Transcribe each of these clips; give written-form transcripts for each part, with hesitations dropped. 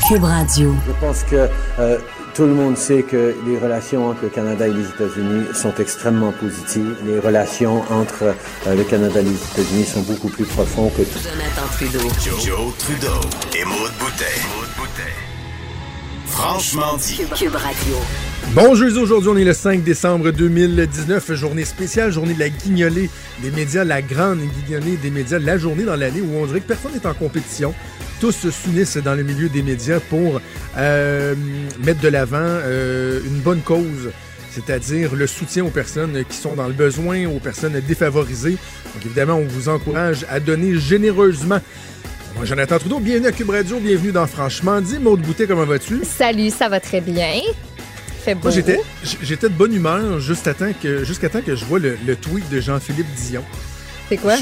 Cube Radio. Je pense que tout le monde sait que les relations entre le Canada et les États-Unis sont extrêmement positives. Les relations entre le Canada et les États-Unis sont beaucoup plus profondes que tout. Jonathan Trudeau. Joe Trudeau et Maude Boutet. Franchement dit. Cube Radio. Bonjour, aujourd'hui on est le 5 décembre 2019, journée spéciale, journée de la guignolée des médias, la grande guignolée des médias, la journée dans l'année où on dirait que personne n'est en compétition. Tous s'unissent dans le milieu des médias pour mettre de l'avant une bonne cause, c'est-à-dire le soutien aux personnes qui sont dans le besoin, aux personnes défavorisées. Donc évidemment, on vous encourage à donner généreusement. Moi, Jonathan Trudeau, bienvenue à Cube Radio, bienvenue dans Franchement dit. Maude Boutet, comment vas-tu? Salut, ça va très bien. Fait beau. Moi, j'étais de bonne humeur jusqu'à temps que je vois le tweet de Jean-Philippe Dion. C'est quoi?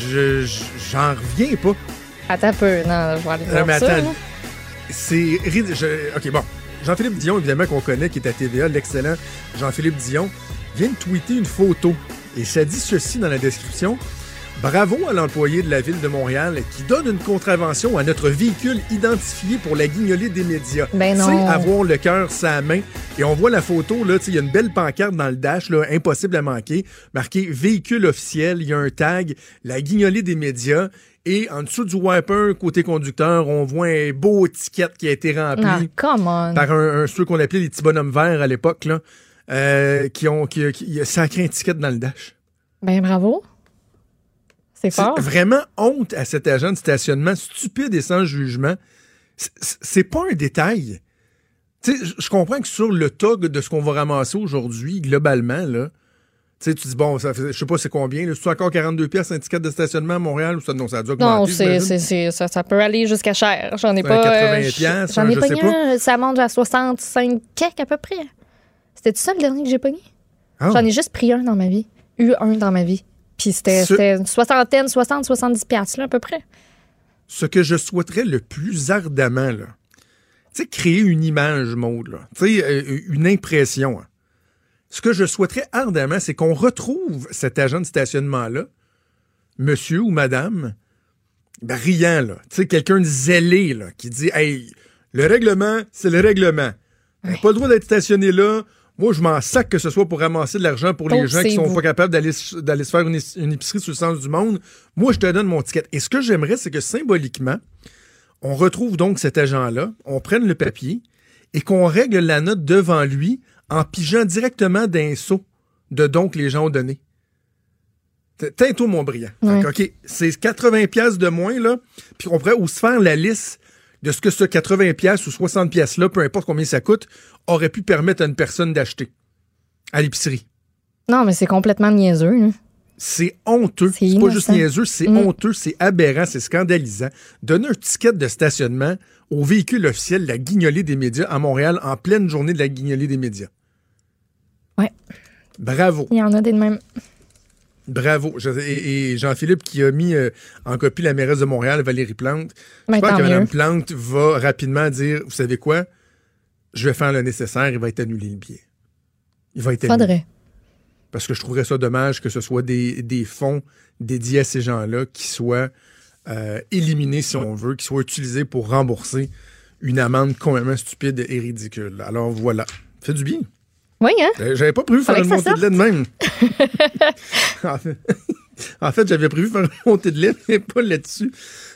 J'en reviens pas. Attends un peu, non, je vais aller voir mais ça. attends, c'est OK, bon. Jean-Philippe Dion, évidemment, qu'on connaît, qui est à TVA, l'excellent Jean-Philippe Dion, vient de tweeter une photo. Et ça dit ceci dans la description. Bravo à l'employé de la Ville de Montréal qui donne une contravention à notre véhicule identifié pour la guignolée des médias. Ben non. Tu sais, avoir le cœur sa main. Et on voit la photo, là, il y a une belle pancarte dans le dash, là, impossible à manquer, marqué « Véhicule officiel », il y a un tag « La guignolée des médias ». Et en dessous du wiper, côté conducteur, on voit un beau ticket qui a été rempli par ceux qu'on appelait les petits bonhommes verts à l'époque, là, qui a sacré un ticket dans le dash. Ben bravo. C'est fort. Vraiment honte à cet agent de stationnement stupide et sans jugement. C'est pas un détail. Tu sais, je comprends que sur le tog de ce qu'on va ramasser aujourd'hui, globalement, là, tu dis, bon, ça fait, je sais pas c'est combien, là, c'est encore 42 pièces un ticket de stationnement à Montréal ou ça, non, ça a dû augmenter. Non, ça peut aller jusqu'à cher. J'en ai pas. 80 pièces, j'en ai je pogné sais pas. Ça monte à 65 quelques à peu près. C'était ça le dernier que j'ai pogné? Ah. J'en ai juste pris un dans ma vie. Eu un dans ma vie. Puis c'était une soixantaine, 70 piastres, là, à peu près. Ce que je souhaiterais le plus ardemment, là, tu sais, créer une image, Maude, là, tu sais, une impression. Hein. Ce que je souhaiterais ardemment, c'est qu'on retrouve cet agent de stationnement-là, monsieur ou madame, brillant, là, tu sais, quelqu'un de zélé, là, qui dit, hey, le règlement, c'est le règlement. Oui. Pas le droit d'être stationné là. Moi, je m'en sac que ce soit pour ramasser de l'argent pour les gens qui sont pas capables d'aller se faire une épicerie sur le sens du monde. Moi, je te donne mon ticket. Et ce que j'aimerais, c'est que symboliquement, on retrouve donc cet agent-là, on prenne le papier et qu'on règle la note devant lui en pigeant directement d'un seau de dons que les gens ont donné. Teins-toi, mon brillant. Ouais. OK, c'est 80 pièces de moins, là, puis on pourrait aussi faire la liste de ce que ce 80 pièces ou 60 pièces-là, peu importe combien ça coûte, aurait pu permettre à une personne d'acheter à l'épicerie. Non, mais c'est complètement niaiseux. Hein. C'est honteux. C'est pas juste niaiseux, c'est honteux, c'est aberrant, c'est scandalisant. Donner un ticket de stationnement au véhicule officiel de la guignolée des médias à Montréal en pleine journée de la guignolée des médias. Ouais. Bravo. Il y en a des de même. Bravo. Et Jean-Philippe qui a mis en copie la mairesse de Montréal, Valérie Plante. J'espère que Mme Plante va rapidement dire, vous savez quoi? Je vais faire le nécessaire, il va être annulé le billet. Il va être annulé. Faudrait. Parce que je trouverais ça dommage que ce soit des fonds dédiés à ces gens-là qui soient éliminés, si on veut, qui soient utilisés pour rembourser une amende complètement stupide et ridicule. Alors voilà. Fait du bien. Oui, hein? J'avais pas prévu faire une montée de lait de même. En fait, j'avais prévu faire une montée de lait, mais pas là-dessus.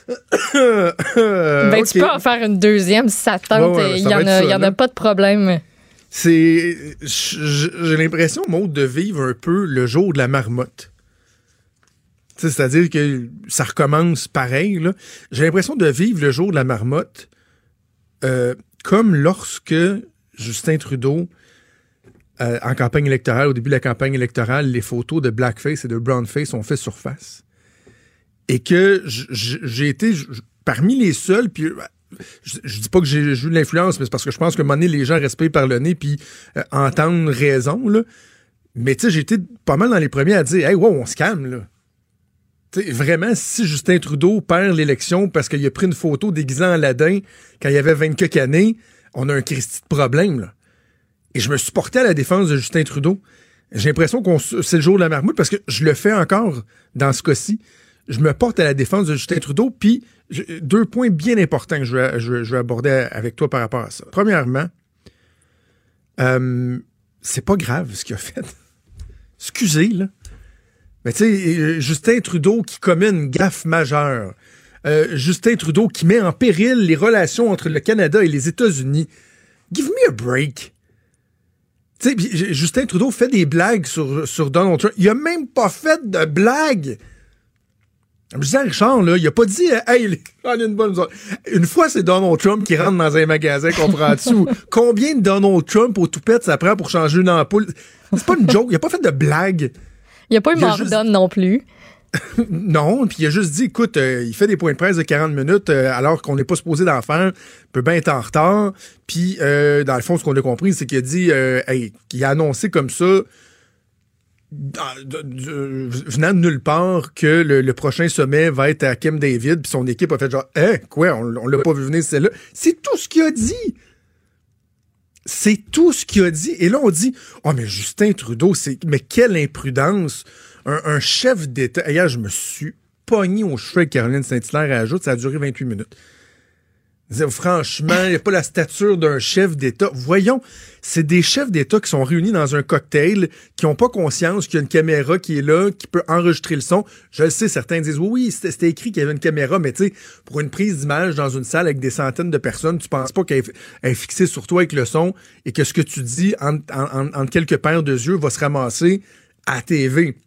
Ben, tu peux en faire une deuxième si ça tente. Il y en a pas de problème. J'ai l'impression, Maude, de vivre un peu le jour de la marmotte. C'est-à-dire que ça recommence pareil. Là. J'ai l'impression de vivre le jour de la marmotte comme lorsque Justin Trudeau, en campagne électorale, au début de la campagne électorale, les photos de blackface et de brownface ont fait surface. Et que j'ai été parmi les seuls, puis je dis pas que j'ai eu de l'influence, mais c'est parce que je pense qu'à un moment donné, les gens respirent par le nez puis entendent raison, là. Mais tu sais, j'ai été pas mal dans les premiers à dire « Hey, wow, on se calme, là. » Tu sais, vraiment, si Justin Trudeau perd l'élection parce qu'il a pris une photo déguisée en Aladdin quand il avait 20 quelques années, on a un Christy de problème, là. Et je me suis porté à la défense de Justin Trudeau. J'ai l'impression c'est le jour de la marmotte parce que je le fais encore dans ce cas-ci. je me porte à la défense de Justin Trudeau, puis 2 points bien importants que je vais aborder avec toi par rapport à ça. Premièrement, c'est pas grave ce qu'il a fait. Excusez, là. Mais tu sais, Justin Trudeau qui commet une gaffe majeure. Justin Trudeau qui met en péril les relations entre le Canada et les États-Unis. Give me a break. Tu sais, Justin Trudeau fait des blagues sur Donald Trump. Il a même pas fait de blagues. Je disais à Richard, là, il a pas dit « Hey, on a une bonne zone. » Une fois, c'est Donald Trump qui rentre dans un magasin, comprends-tu? Combien de Donald Trump au toupette ça prend pour changer une ampoule? C'est pas une joke. Il a pas fait de blague. Il n'y a pas eu Mordonne non plus. Non, puis il a juste dit, écoute, il fait des points de presse de 40 minutes alors qu'on n'est pas supposé d'en faire, il peut bien être en retard. Puis, dans le fond, ce qu'on a compris, c'est qu'il a dit, qu'il a annoncé comme ça, venant de nulle part, que le prochain sommet va être à Camp David, puis son équipe a fait genre, quoi, on l'a pas vu venir celle-là. C'est tout ce qu'il a dit. C'est tout ce qu'il a dit. Et là, on dit, oh, mais Justin Trudeau, mais quelle imprudence. Un chef d'État. Hier, je me suis pogné aux cheveux avec Caroline Saint-Hilaire à ajoute, ça a duré 28 minutes. Franchement, il n'y a pas la stature d'un chef d'État. Voyons, c'est des chefs d'État qui sont réunis dans un cocktail, qui n'ont pas conscience qu'il y a une caméra qui est là, qui peut enregistrer le son. Je le sais, certains disent, oui, c'était écrit qu'il y avait une caméra, mais tu sais, pour une prise d'image dans une salle avec des centaines de personnes, tu penses pas qu'elle est fixée sur toi avec le son et que ce que tu dis entre quelques paires de yeux va se ramasser à la TV.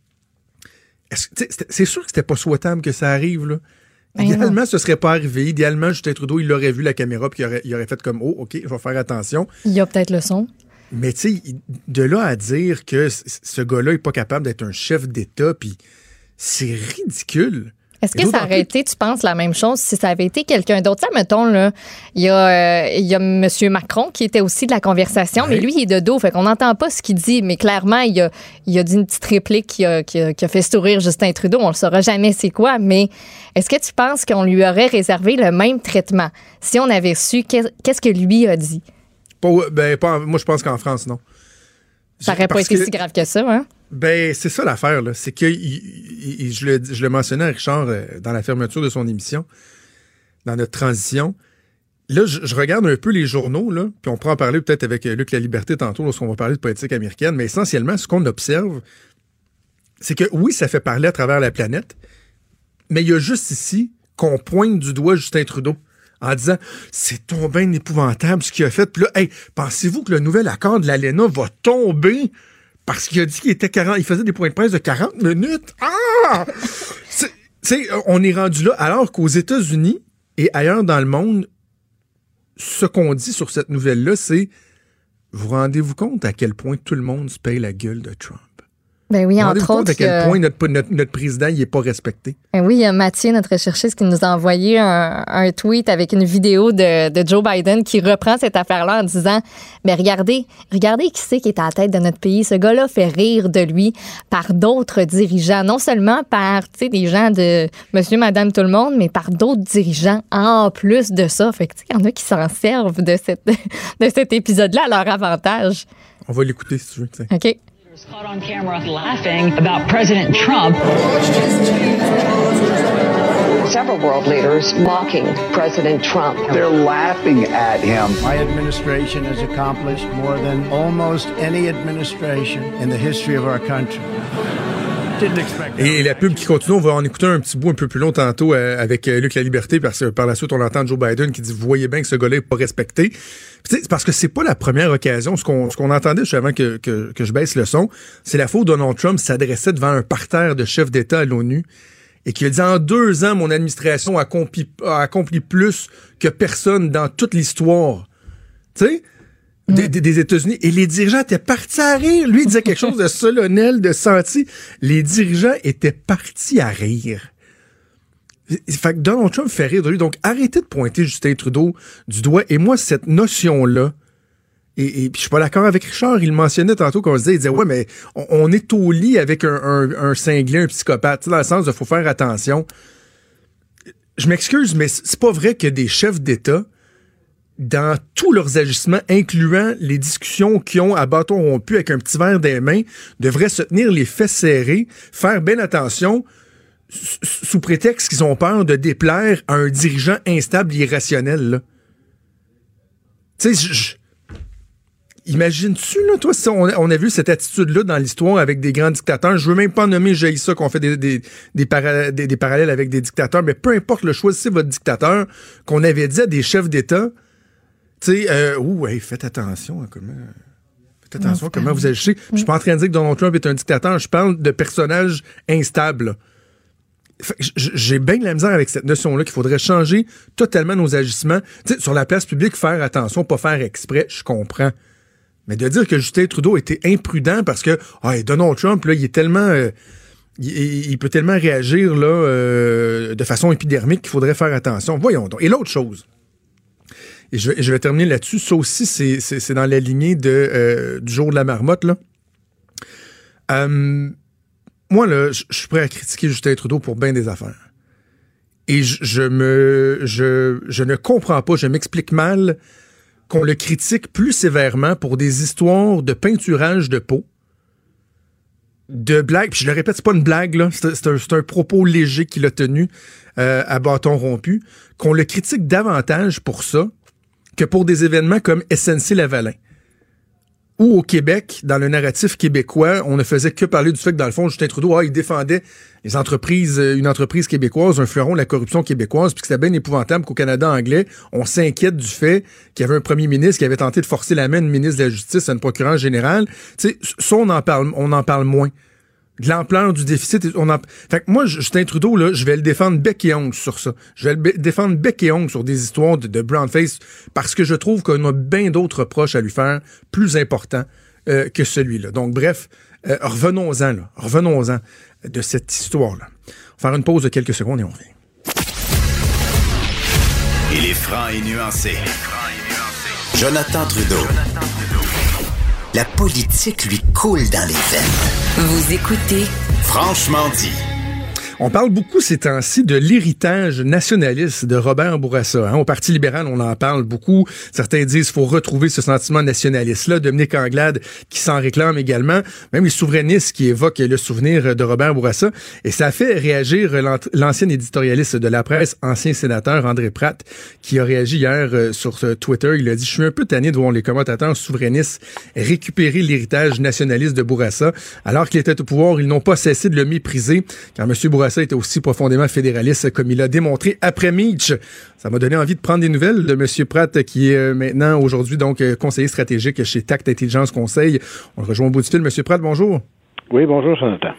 C'est sûr que c'était pas souhaitable que ça arrive, là. Idéalement, ce serait pas arrivé. Idéalement, Justin Trudeau, il aurait vu la caméra puis il aurait fait comme, oh, OK, je vais faire attention. Il y a peut-être le son. Mais tu sais, de là à dire que ce gars-là est pas capable d'être un chef d'État, puis c'est ridicule. Est-ce que ça aurait été, tu penses, la même chose si ça avait été quelqu'un d'autre? Ça, mettons, là, il y a M. Macron qui était aussi de la conversation, mais lui, il est de dos, fait qu'on n'entend pas ce qu'il dit, mais clairement, il a dit une petite réplique qui a fait sourire Justin Trudeau. On le saura jamais c'est quoi, mais est-ce que tu penses qu'on lui aurait réservé le même traitement si on avait su qu'est-ce que lui a dit? Moi, je pense qu'en France, non. Ça n'aurait pas été si grave que ça, hein? Ben, c'est ça l'affaire, là. C'est que, je le mentionnais à Richard dans la fermeture de son émission, dans notre transition. Là, je regarde un peu les journaux, là, puis on pourra en parler peut-être avec Luc Laliberté tantôt lorsqu'on va parler de politique américaine, mais essentiellement, ce qu'on observe, c'est que oui, ça fait parler à travers la planète, mais il y a juste ici qu'on pointe du doigt Justin Trudeau en disant « C'est tombé épouvantable ce qu'il a fait. » Puis là, hey, pensez-vous que le nouvel accord de l'ALENA va tomber parce qu'il a dit qu'il faisait des points de presse de 40 minutes? Ah! On est rendu là, alors qu'aux États-Unis et ailleurs dans le monde, ce qu'on dit sur cette nouvelle-là, c'est « Vous rendez-vous compte à quel point tout le monde se paye la gueule de Trump? » Ben oui, entre autres. À quel point notre président il est pas respecté. Ben oui, il y a Mathieu, notre recherchiste, qui nous a envoyé un tweet avec une vidéo de Joe Biden qui reprend cette affaire-là en disant mais regardez qui c'est qui est à la tête de notre pays. Ce gars-là fait rire de lui par d'autres dirigeants, non seulement par des gens de monsieur, madame, tout le monde, mais par d'autres dirigeants en plus de ça. Fait que il y en a qui s'en servent de cet épisode-là à leur avantage. On va l'écouter si tu veux. T'sais. OK. Caught on camera laughing about President Trump. Several world leaders mocking President Trump. They're laughing at him. My administration has accomplished more than almost any administration in the history of our country. Et la pub qui continue, on va en écouter un petit bout un peu plus long tantôt avec Luc Laliberté, parce que par la suite, on entend Joe Biden qui dit « Vous voyez bien que ce gars-là n'est pas respecté. » C'est parce que c'est pas la première occasion. Ce qu'on entendait juste avant que je baisse le son, c'est la fois où Donald Trump s'adressait devant un parterre de chefs d'État à l'ONU et qui a dit « En 2 ans, mon administration a accompli plus que personne dans toute l'histoire. » Tu sais? Des États-Unis. Et les dirigeants étaient partis à rire. Lui, il disait quelque chose de solennel, de senti. Les dirigeants étaient partis à rire. Fait que Donald Trump fait rire de lui. Donc, arrêtez de pointer Justin Trudeau du doigt. Et moi, cette notion-là, et puis je suis pas d'accord avec Richard, il le mentionnait tantôt quand il disait, ouais, mais on est au lit avec un cinglé, un psychopathe. Tu sais, dans le sens de faut faire attention. Je m'excuse, mais c'est pas vrai que des chefs d'État, dans tous leurs agissements, incluant les discussions qu'ils ont à bâton rompu avec un petit verre des mains, devraient se tenir les fesses serrées, faire bien attention, sous prétexte qu'ils ont peur de déplaire à un dirigeant instable et irrationnel, là. Tu sais, imagines-tu, là, toi, si on a vu cette attitude-là dans l'histoire avec des grands dictateurs. Je veux même pas nommer ça qu'on fait des parallèles avec des dictateurs, mais peu importe, choisissez votre dictateur, qu'on avait dit à des chefs d'État, tu sais, faites attention à comment vous agissez. Je suis pas en train de dire que Donald Trump est un dictateur, je parle de personnages instables. J'ai bien de la misère avec cette notion-là qu'il faudrait changer totalement nos agissements. Tu sais, sur la place publique, faire attention, pas faire exprès, je comprends. Mais de dire que Justin Trudeau était imprudent parce que Donald Trump, là, il est tellement... il peut tellement réagir là, de façon épidermique qu'il faudrait faire attention. Voyons donc. Et l'autre chose, et je vais terminer là-dessus, ça aussi, c'est dans la lignée du jour de la marmotte, là. Moi, là, je suis prêt à critiquer Justin Trudeau pour bien des affaires. Et je ne comprends pas, je m'explique mal qu'on le critique plus sévèrement pour des histoires de peinturage de peau, de blagues. Puis je le répète, c'est pas une blague, là. C'est un propos léger qu'il a tenu à bâton rompu. Qu'on le critique davantage pour ça que pour des événements comme SNC-Lavalin. Ou au Québec, dans le narratif québécois, on ne faisait que parler du fait que, dans le fond, Justin Trudeau, il défendait les entreprises, une entreprise québécoise, un fleuron de la corruption québécoise, puis que c'était bien épouvantable qu'au Canada anglais, on s'inquiète du fait qu'il y avait un premier ministre qui avait tenté de forcer la main d'une ministre de la Justice à une procureure générale. Tu sais, ça, on en parle moins. De l'ampleur du déficit. Fait que moi, Justin Trudeau, là, je vais le défendre bec et ongle sur ça. Je vais le défendre bec et ongle sur des histoires de brownface parce que je trouve qu'on a bien d'autres reproches à lui faire plus importants que celui-là. Donc, bref, revenons-en de cette histoire-là. On va faire une pause de quelques secondes et on revient. Il est franc et nuancé. Jonathan Trudeau. La politique lui coule dans les veines. Vous écoutez Franchement dit. On parle beaucoup ces temps-ci de l'héritage nationaliste de Robert Bourassa. Au Parti libéral, on en parle beaucoup. Certains disent qu'il faut retrouver ce sentiment nationaliste-là. Dominique Anglade qui s'en réclame également. Même les souverainistes qui évoquent le souvenir de Robert Bourassa. Et ça a fait réagir l'ancien éditorialiste de la presse, ancien sénateur André Pratt, qui a réagi hier sur Twitter. Il a dit « Je suis un peu tanné de voir les commentateurs souverainistes récupérer l'héritage nationaliste de Bourassa. Alors qu'il était au pouvoir, ils n'ont pas cessé de le mépriser. Car M. Bourassa était aussi profondément fédéraliste comme il a démontré après Meach. » Ça m'a donné envie de prendre des nouvelles de M. Pratt, qui est maintenant, aujourd'hui, donc conseiller stratégique chez Tact Intelligence Conseil. On le rejoint au bout du fil. M. Pratt, bonjour. Oui, bonjour, Jonathan.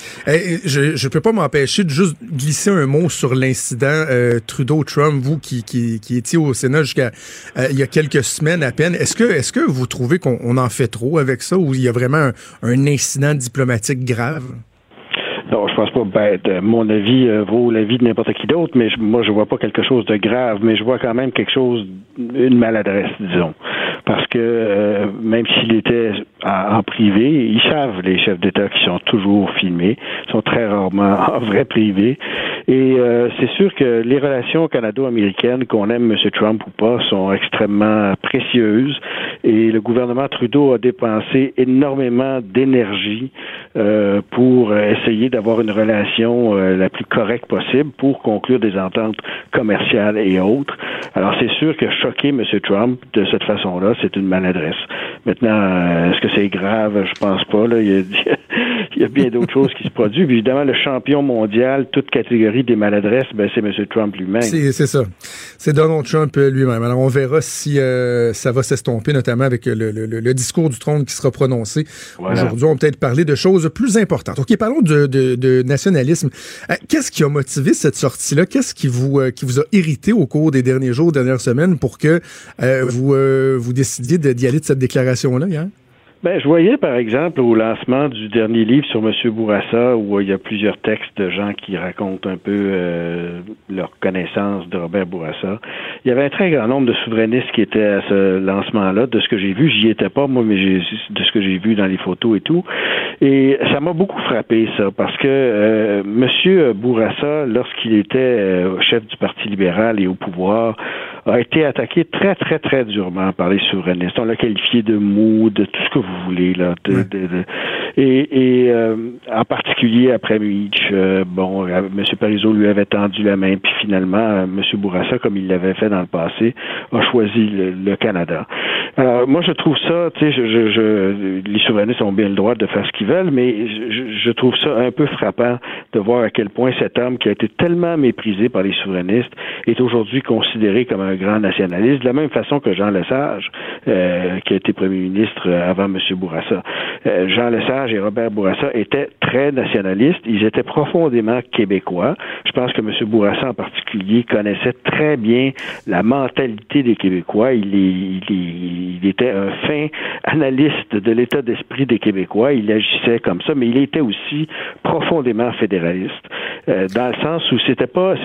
Je peux pas m'empêcher de juste glisser un mot sur l'incident Trudeau-Trump, vous qui étiez au Sénat jusqu'à il y a quelques semaines à peine. Est-ce que vous trouvez qu'on en fait trop avec ça ou il y a vraiment un incident diplomatique grave? Non, je pense pas. Mon avis vaut l'avis de n'importe qui d'autre, mais moi, je vois pas quelque chose de grave, mais je vois quand même quelque chose, une maladresse, disons. Parce que même s'il était en privé, ils savent, les chefs d'État, qui sont toujours filmés, sont très rarement en vrai privé. Et c'est sûr que les relations canado-américaines, qu'on aime M. Trump ou pas, sont extrêmement précieuses. Et le gouvernement Trudeau a dépensé énormément d'énergie pour essayer d'avoir une relation la plus correcte possible pour conclure des ententes commerciales et autres. Alors, c'est sûr que choquer M. Trump de cette façon-là, c'est une maladresse. Maintenant, est-ce que c'est grave? Je pense pas. Là. Il y a bien d'autres choses qui se produisent. Puis, évidemment, le champion mondial, toute catégorie des maladresses, c'est M. Trump lui-même. C'est ça. C'est Donald Trump lui-même. Alors, on verra si ça va s'estomper, notamment avec le discours du trône qui sera prononcé. Voilà. Aujourd'hui, on va peut-être parler de choses plus importantes. OK, parlons de nationalisme. Qu'est-ce qui a motivé cette sortie-là? Qu'est-ce qui vous a irrité au cours des derniers jours, dernières semaines, pour que vous décidiez d'y aller de cette déclaration-là hier? Je voyais, par exemple, au lancement du dernier livre sur M. Bourassa, où il y a plusieurs textes de gens qui racontent un peu leur connaissance de Robert Bourassa. Il y avait un très grand nombre de souverainistes qui étaient à ce lancement-là. De ce que j'ai vu, j'y étais pas, moi, mais de ce que j'ai vu dans les photos et tout. Et ça m'a beaucoup frappé, ça, parce que M. Bourassa, lorsqu'il était chef du Parti libéral et au pouvoir, a été attaqué très, très, très durement par les souverainistes. On l'a qualifié de mou, de tout ce que vous voulez, là. Et en particulier après Beach, M. Parizeau lui avait tendu la main, puis finalement, M. Bourassa, comme il l'avait fait dans le passé, a choisi le Canada. Alors, moi, je trouve ça, tu sais, les souverainistes ont bien le droit de faire ce qu'ils veulent, mais je trouve ça un peu frappant de voir à quel point cet homme qui a été tellement méprisé par les souverainistes est aujourd'hui considéré comme un grand nationaliste, de la même façon que Jean Lesage, qui a été premier ministre avant M. Bourassa. Jean Lesage et Robert Bourassa étaient très nationalistes, ils étaient profondément québécois. Je pense que M. Bourassa en particulier connaissait très bien la mentalité des Québécois. Il était un fin analyste de l'état d'esprit des Québécois. Il agissait comme ça, mais il était aussi profondément fédéraliste, dans le sens où c'était pas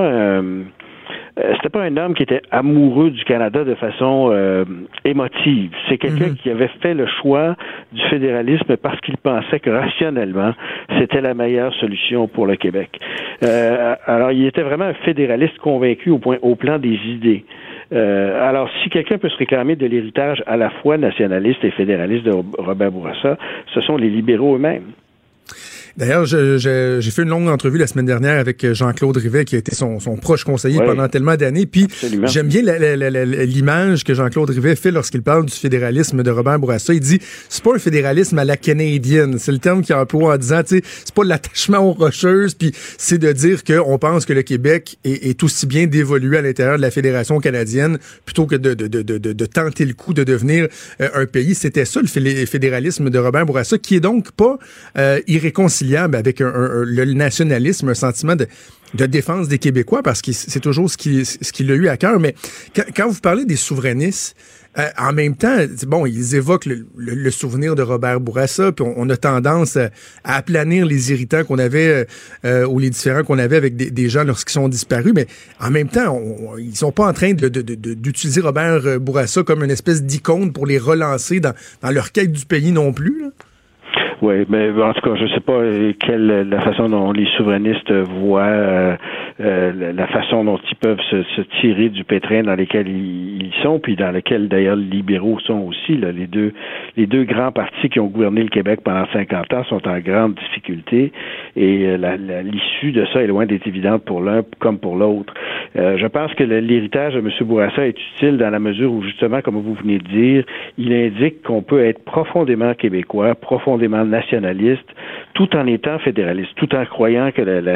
un homme qui était amoureux du Canada de façon émotive. C'est quelqu'un qui avait fait le choix du fédéralisme parce qu'il pensait que rationnellement, c'était la meilleure solution pour le Québec. Alors, il était vraiment un fédéraliste convaincu au plan des idées. Alors, si quelqu'un peut se réclamer de l'héritage à la fois nationaliste et fédéraliste de Robert Bourassa, ce sont les libéraux eux-mêmes. D'ailleurs, j'ai fait une longue entrevue la semaine dernière avec Jean-Claude Rivet, qui a été son proche conseiller pendant tellement d'années. Puis j'aime bien l'image que Jean-Claude Rivet fait lorsqu'il parle du fédéralisme de Robert Bourassa. Il dit, c'est pas un fédéralisme à la canadienne. C'est le terme qu'il emploie en disant, tu sais, c'est pas l'attachement aux rocheuses, puis c'est de dire qu'on pense que le Québec est aussi bien d'évoluer à l'intérieur de la Fédération canadienne plutôt que de tenter le coup de devenir un pays. C'était ça, le fédéralisme de Robert Bourassa, qui est donc pas irréconciliable avec le nationalisme, un sentiment de défense des Québécois, parce que c'est toujours ce qu'il a eu à cœur. Mais quand vous parlez des souverainistes, en même temps, bon, ils évoquent le souvenir de Robert Bourassa, puis on a tendance à aplanir les irritants qu'on avait ou les différends qu'on avait avec des gens lorsqu'ils sont disparus, mais en même temps, ils sont pas en train d'utiliser Robert Bourassa comme une espèce d'icône pour les relancer dans leur quête du pays non plus, là. Oui, mais en tout cas, je sais pas la façon dont les souverainistes voient la façon dont ils peuvent se tirer du pétrin dans lesquels ils sont, puis dans lesquels d'ailleurs les libéraux sont aussi. Là, les deux grands partis qui ont gouverné le Québec pendant 50 ans sont en grande difficulté, et l'issue de ça est loin d'être évidente pour l'un comme pour l'autre. Je pense que l'héritage de M. Bourassa est utile dans la mesure où, justement, comme vous venez de dire, il indique qu'on peut être profondément québécois, profondément nationaliste, tout en étant fédéraliste, tout en croyant que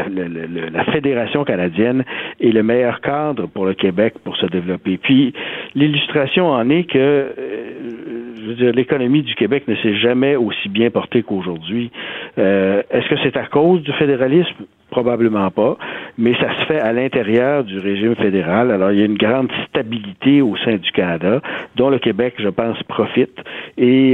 la Fédération canadienne est le meilleur cadre pour le Québec pour se développer. Puis, l'illustration en est que, je veux dire, l'économie du Québec ne s'est jamais aussi bien portée qu'aujourd'hui. Est-ce que c'est à cause du fédéralisme? Probablement pas, mais ça se fait à l'intérieur du régime fédéral. Alors, il y a une grande stabilité au sein du Canada, dont le Québec, je pense, profite, et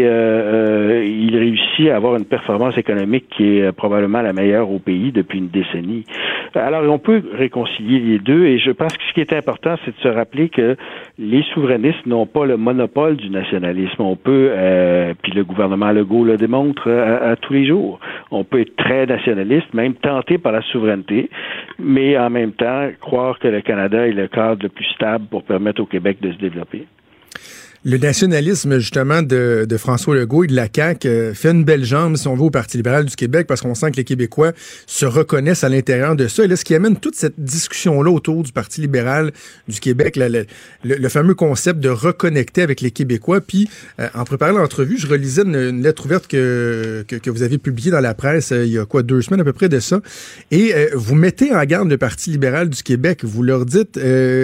il réussit à avoir une performance économique qui est probablement la meilleure au pays depuis une décennie. Alors, on peut réconcilier les deux, et je pense que ce qui est important, c'est de se rappeler que les souverainistes n'ont pas le monopole du nationalisme. On peut, puis le gouvernement Legault le démontre à tous les jours, on peut être très nationaliste, même tenté par la souveraineté, mais en même temps croire que le Canada est le cadre le plus stable pour permettre au Québec de se développer. Le nationalisme, justement, de François Legault et de la CAQ fait une belle jambe, si on veut, au Parti libéral du Québec, parce qu'on sent que les Québécois se reconnaissent à l'intérieur de ça. Et là, ce qui amène toute cette discussion-là autour du Parti libéral du Québec, le fameux concept de reconnecter avec les Québécois. Puis, en préparant l'entrevue, je relisais une lettre ouverte que vous avez publiée dans la presse il y a 2 semaines à peu près de ça. Et vous mettez en garde le Parti libéral du Québec. Vous leur dites,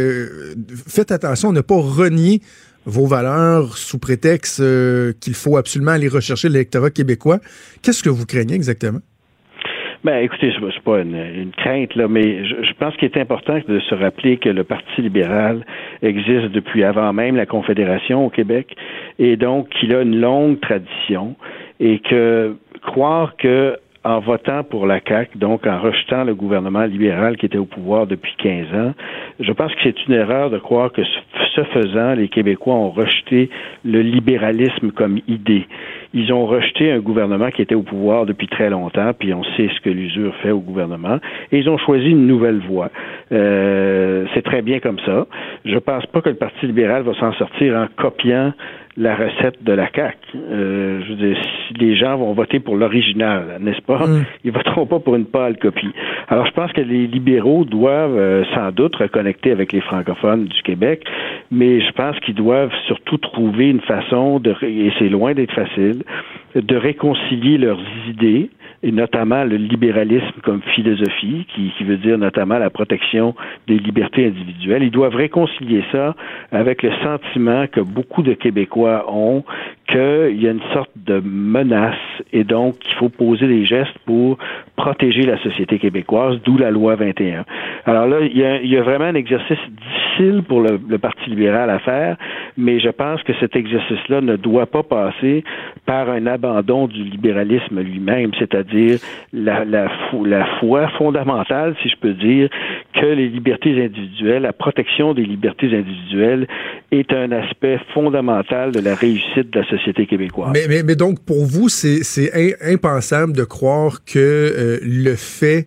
faites attention à ne pas renier vos valeurs sous prétexte qu'il faut absolument aller rechercher l'électorat québécois. Qu'est-ce que vous craignez exactement? Ben, écoutez, c'est pas une crainte, là, mais je pense qu'il est important de se rappeler que le Parti libéral existe depuis avant même la Confédération au Québec, et donc qu'il a une longue tradition, et que croire que en votant pour la CAQ, donc en rejetant le gouvernement libéral qui était au pouvoir depuis 15 ans, je pense que c'est une erreur de croire que ce ce faisant, les Québécois ont rejeté le libéralisme comme idée. Ils ont rejeté un gouvernement qui était au pouvoir depuis très longtemps, puis on sait ce que l'usure fait au gouvernement, et ils ont choisi une nouvelle voie. C'est très bien comme ça. Je pense pas que le Parti libéral va s'en sortir en copiant la recette de la CAQ. Je veux dire, si les gens vont voter pour l'original, n'est-ce pas? Ils voteront pas pour une pâle copie. Alors, je pense que les libéraux doivent sans doute reconnecter avec les francophones du Québec, mais je pense qu'ils doivent surtout trouver une façon et c'est loin d'être facile, de réconcilier leurs idées, et notamment le libéralisme comme philosophie, qui veut dire notamment la protection des libertés individuelles. Ils doivent réconcilier ça avec le sentiment que beaucoup de Québécois ont qu'il y a une sorte de menace et donc qu'il faut poser des gestes pour protéger la société québécoise, d'où la loi 21. Alors là, il y a vraiment un exercice difficile pour le Parti libéral à faire, mais je pense que cet exercice-là ne doit pas passer par un abandon du libéralisme lui-même, c'est-à-dire la foi fondamentale, si je peux dire, que les libertés individuelles, la protection des libertés individuelles est un aspect fondamental de la réussite de la société québécoise. Mais donc, pour vous, c'est impensable de croire que le fait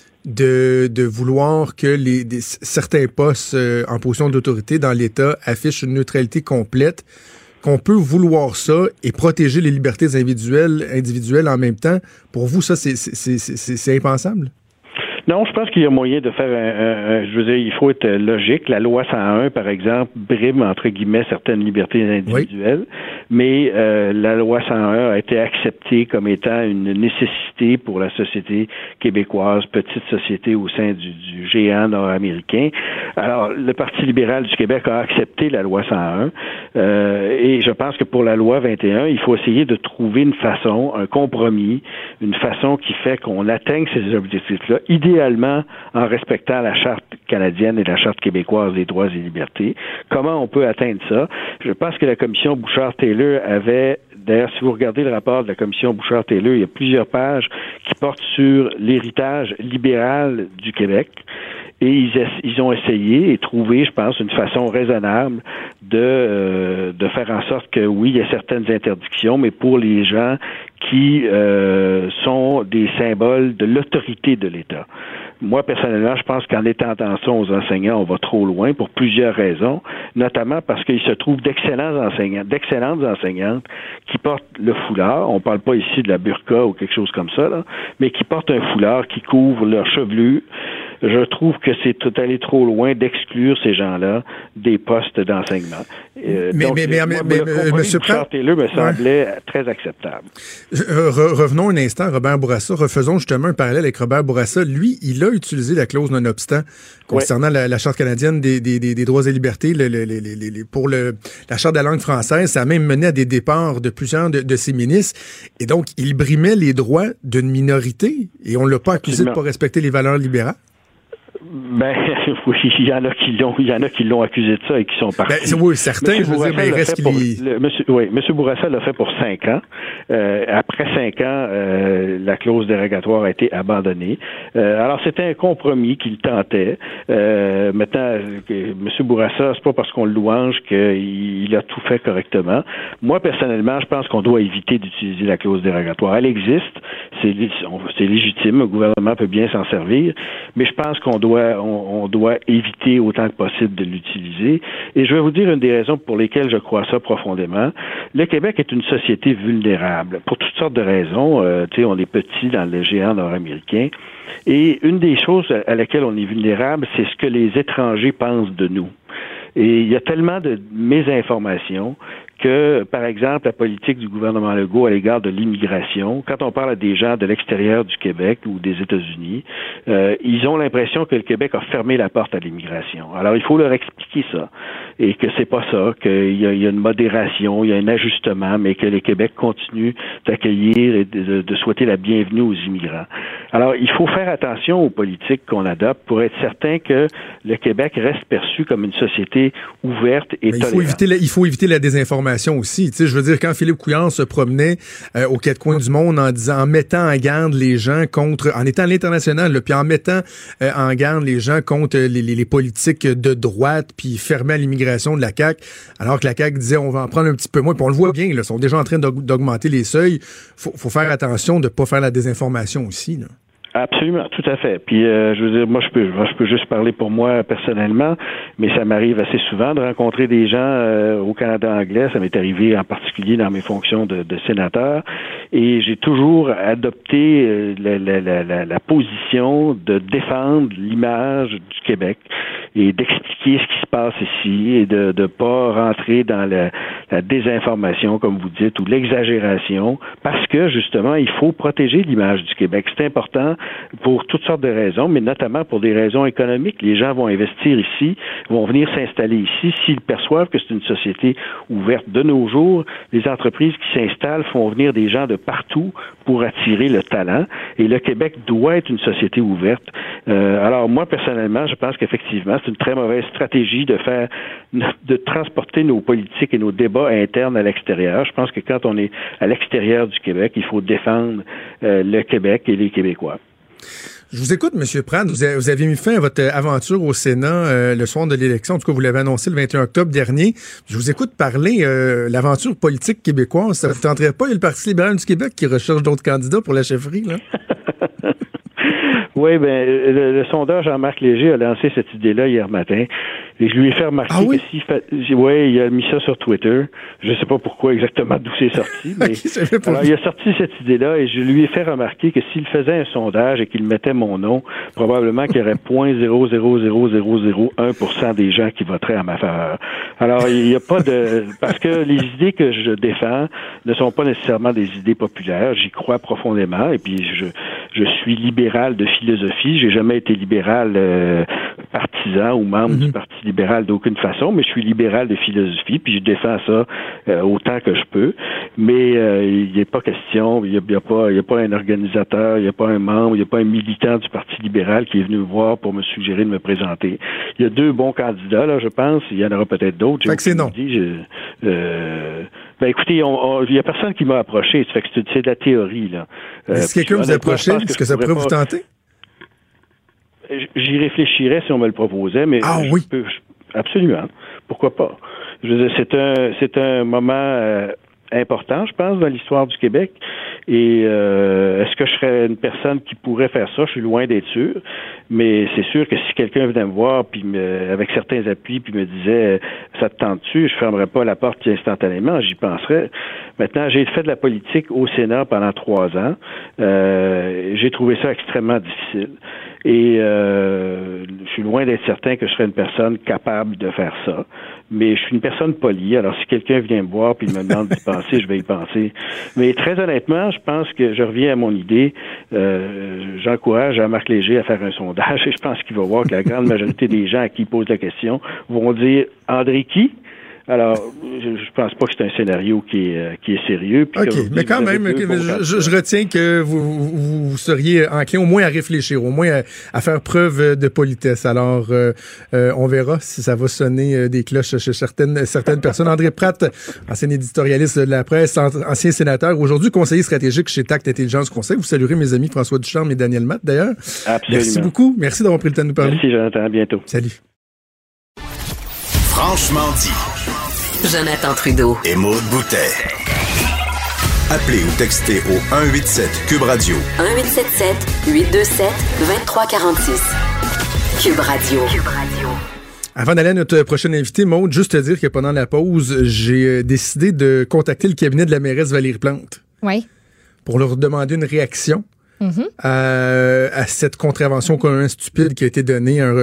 de vouloir que certains postes en position d'autorité dans l'État affichent une neutralité complète, qu'on peut vouloir ça et protéger les libertés individuelles en même temps. Pour vous, ça, c'est impensable? Non, je pense qu'il y a moyen de faire je veux dire, il faut être logique. La loi 101, par exemple, brime, entre guillemets, certaines libertés individuelles, mais la loi 101 a été acceptée comme étant une nécessité pour la société québécoise, petite société au sein du géant nord-américain. Alors, le Parti libéral du Québec a accepté la loi 101, et je pense que pour la loi 21, il faut essayer de trouver une façon, un compromis, une façon qui fait qu'on atteigne ces objectifs-là, idéalement en respectant la Charte canadienne et la Charte québécoise des droits et libertés. Comment on peut atteindre ça? Je pense que la commission Bouchard-Taylor avait, d'ailleurs, si vous regardez le rapport de la commission Bouchard-Taylor, il y a plusieurs pages qui portent sur l'héritage libéral du Québec. Et ils ont essayé et trouvé, je pense, une façon raisonnable de faire en sorte que, oui, il y a certaines interdictions, mais pour les gens qui sont des symboles de l'autorité de l'État. Moi, personnellement, je pense qu'en étendant ça aux enseignants, on va trop loin pour plusieurs raisons, notamment parce qu'il se trouve d'excellentes enseignantes qui portent le foulard. On parle pas ici de la burqa ou quelque chose comme ça, là, mais qui portent un foulard qui couvre leur chevelure. Je trouve que c'est allé trop loin d'exclure ces gens-là des postes d'enseignement. Monsieur Taylor me semblait très acceptable. Revenons un instant, Robert Bourassa. Refaisons justement un parallèle avec Robert Bourassa. Lui, il a utilisé la clause non-obstant concernant la Charte canadienne des droits et libertés pour la Charte de la langue française. Ça a même mené à des départs de plusieurs de ses ministres. Et donc, il brimait les droits d'une minorité et on ne l'a pas accusé de ne pas respecter les valeurs libérales. Ben oui, il y en a qui l'ont accusé de ça et qui sont partis. Oui, certains, je veux dire, mais il reste M. Bourassa l'a fait pour 5 ans. Après 5 ans, la clause dérogatoire a été abandonnée. Alors, c'était un compromis qu'il tentait. Maintenant, M. Bourassa, c'est pas parce qu'on le louange qu'il a tout fait correctement. Moi, personnellement, je pense qu'on doit éviter d'utiliser la clause dérogatoire. Elle existe, c'est légitime, le gouvernement peut bien s'en servir, mais je pense qu'on doit éviter autant que possible de l'utiliser. Et je vais vous dire une des raisons pour lesquelles je crois ça profondément. Le Québec est une société vulnérable pour toutes sortes de raisons. On est petit dans le géant nord-américain. Et une des choses à laquelle on est vulnérable, c'est ce que les étrangers pensent de nous. Et il y a tellement de mésinformations que, par exemple, la politique du gouvernement Legault à l'égard de l'immigration, quand on parle à des gens de l'extérieur du Québec ou des États-Unis, ils ont l'impression que le Québec a fermé la porte à l'immigration. Alors, il faut leur expliquer ça. Et que c'est pas ça, qu'il y a une modération, il y a un ajustement, mais que le Québec continue d'accueillir et de souhaiter la bienvenue aux immigrants. Alors, il faut faire attention aux politiques qu'on adopte pour être certain que le Québec reste perçu comme une société ouverte et tolérante. Il faut éviter la désinformation aussi. Tu sais, je veux dire, quand Philippe Couillard se promenait aux quatre coins du monde en mettant en garde les gens en étant à l'international, puis en mettant en garde les gens contre les politiques de droite, puis fermant à l'immigration, d'immigration de la CAQ, alors que la CAQ disait on va en prendre un petit peu moins. Puis on le voit bien, là, ils sont déjà en train d'augmenter les seuils. Faut faire attention de ne pas faire la désinformation aussi, là. Absolument, tout à fait. Puis, je veux dire, moi, je peux juste parler pour moi personnellement, mais ça m'arrive assez souvent de rencontrer des gens au Canada anglais. Ça m'est arrivé en particulier dans mes fonctions de sénateur. Et j'ai toujours adopté la position de défendre l'image du Québec et d'expliquer ce qui se passe ici et de ne pas rentrer dans la désinformation, comme vous dites, ou l'exagération, parce que, justement, il faut protéger l'image du Québec. C'est important pour toutes sortes de raisons, mais notamment pour des raisons économiques. Les gens vont investir ici, vont venir s'installer ici. S'ils perçoivent que c'est une société ouverte de nos jours, les entreprises qui s'installent font venir des gens de partout pour attirer le talent. Et le Québec doit être une société ouverte. Alors moi, personnellement, je pense qu'effectivement, c'est une très mauvaise stratégie de transporter nos politiques et nos débats internes à l'extérieur. Je pense que quand on est à l'extérieur du Québec, il faut défendre le Québec et les Québécois. Je vous écoute, M. Pratt. Vous avez mis fin à votre aventure au Sénat le soir de l'élection. En tout cas, vous l'avez annoncé le 21 octobre dernier. Je vous écoute parler l'aventure politique québécoise. Ça vous tenterait pas? Il y a le Parti libéral du Québec qui recherche d'autres candidats pour la chefferie, là? Oui, le sondeur Jean-Marc Léger a lancé cette idée-là hier matin. Et je lui ai fait remarquer que il a mis ça sur Twitter. Je ne sais pas pourquoi exactement d'où c'est sorti, mais alors, il a sorti cette idée-là et je lui ai fait remarquer que s'il faisait un sondage et qu'il mettait mon nom, probablement qu'il y aurait 0.00001% des gens qui voteraient en ma faveur. Alors, il n'y a pas de... Parce que les idées que je défends ne sont pas nécessairement des idées populaires. J'y crois profondément et puis je suis libéral de philosophie. J'ai jamais été libéral partisan ou membre du Parti libéral d'aucune façon, mais je suis libéral de philosophie, puis je défends ça autant que je peux. Mais il n'y a pas question, il n'y a pas un organisateur, il n'y a pas un membre, il n'y a pas un militant du Parti libéral qui est venu me voir pour me suggérer de me présenter. Il y a 2 bons candidats, là, je pense. Il y en aura peut-être d'autres. Fait que c'est non. Écoutez, il n'y a personne qui m'a approché. Ça fait que c'est de la théorie, là. Est-ce que quelqu'un vous a approché? Est-ce que ça pourrait vous tenter? J'y réfléchirais si on me le proposait, mais absolument. Pourquoi pas? Je veux dire, c'est un moment important, je pense, dans l'histoire du Québec. Et est-ce que je serais une personne qui pourrait faire ça? Je suis loin d'être sûr. Mais c'est sûr que si quelqu'un venait me voir puis avec certains appuis puis me disait ça te tente-tu, je fermerais pas la porte instantanément, j'y penserais. Maintenant, j'ai fait de la politique au Sénat pendant 3 ans. J'ai trouvé ça extrêmement difficile. Et je suis loin d'être certain que je serais une personne capable de faire ça. Mais je suis une personne polie. Alors, si quelqu'un vient me voir puis me demande d'y penser, je vais y penser. Mais très honnêtement, je pense que je reviens à mon idée. J'encourage Jean-Marc Léger à faire un sondage et je pense qu'il va voir que la grande majorité des gens à qui il pose la question vont dire « André qui ?» Alors, je pense pas que c'est un scénario qui est sérieux. Puis OK, mais quand même, je retiens que vous seriez enclin au moins à réfléchir, au moins à faire preuve de politesse. Alors, on verra si ça va sonner des cloches chez certaines personnes. André Pratt, ancien éditorialiste de la presse, ancien sénateur, aujourd'hui conseiller stratégique chez Tact Intelligence Conseil. Vous saluerez mes amis François Ducharme et Daniel Matt, d'ailleurs. Absolument. Merci beaucoup. Merci d'avoir pris le temps de nous parler. Merci, Jonathan. À bientôt. Salut. Franchement dit. Jonathan Trudeau. Et Maude Boutet. Appelez ou textez au 187 Cube Radio. 1877-827-2346. Cube Radio. Avant d'aller à notre prochaine invité, Maude, juste te dire que pendant la pause, j'ai décidé de contacter le cabinet de la mairesse Valérie Plante. Oui. Pour leur demander une réaction. À cette contravention commune stupide qui a été donnée à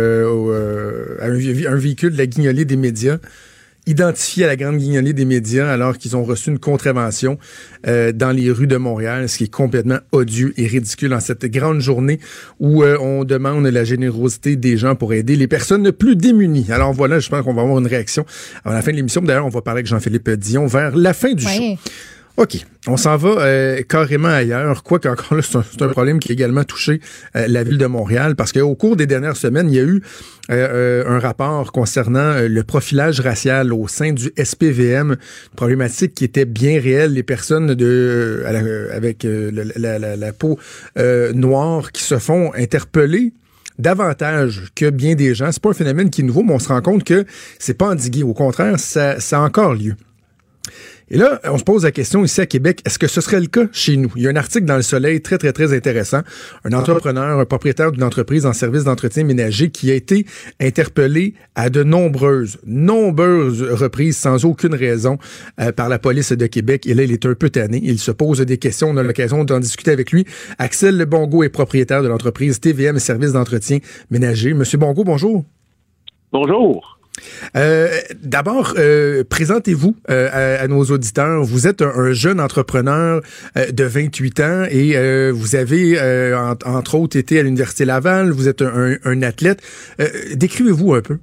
un véhicule de la guignolée des médias, identifié à la grande guignolée des médias alors qu'ils ont reçu une contravention dans les rues de Montréal, ce qui est complètement odieux et ridicule en cette grande journée où on demande la générosité des gens pour aider les personnes plus démunies. Alors voilà, je pense qu'on va avoir une réaction à la fin de l'émission. D'ailleurs, on va parler avec Jean-Philippe Dion vers la fin du show. OK, on s'en va carrément ailleurs, quoique encore là, c'est un problème qui a également touché la ville de Montréal, parce qu'au cours des dernières semaines, il y a eu un rapport concernant le profilage racial au sein du SPVM, une problématique qui était bien réelle, les personnes avec la peau noire qui se font interpeller davantage que bien des gens. C'est pas un phénomène qui est nouveau, mais on se rend compte que c'est pas endigué. Au contraire, ça a encore lieu. Et là, on se pose la question ici à Québec, est-ce que ce serait le cas chez nous? Il y a un article dans Le Soleil très, très, très intéressant. Un entrepreneur, un propriétaire d'une entreprise en service d'entretien ménager qui a été interpellé à de nombreuses reprises sans aucune raison par la police de Québec. Et là, il est un peu tanné. Il se pose des questions. On a l'occasion d'en discuter avec lui. Axel Bongo est propriétaire de l'entreprise TVM Service d'entretien ménager. Monsieur Bongo, bonjour. Bonjour. D'abord, présentez-vous à nos auditeurs. Vous êtes un jeune entrepreneur de 28 ans et vous avez, entre autres, été à l'Université Laval. Vous êtes un athlète. Décrivez-vous un peu.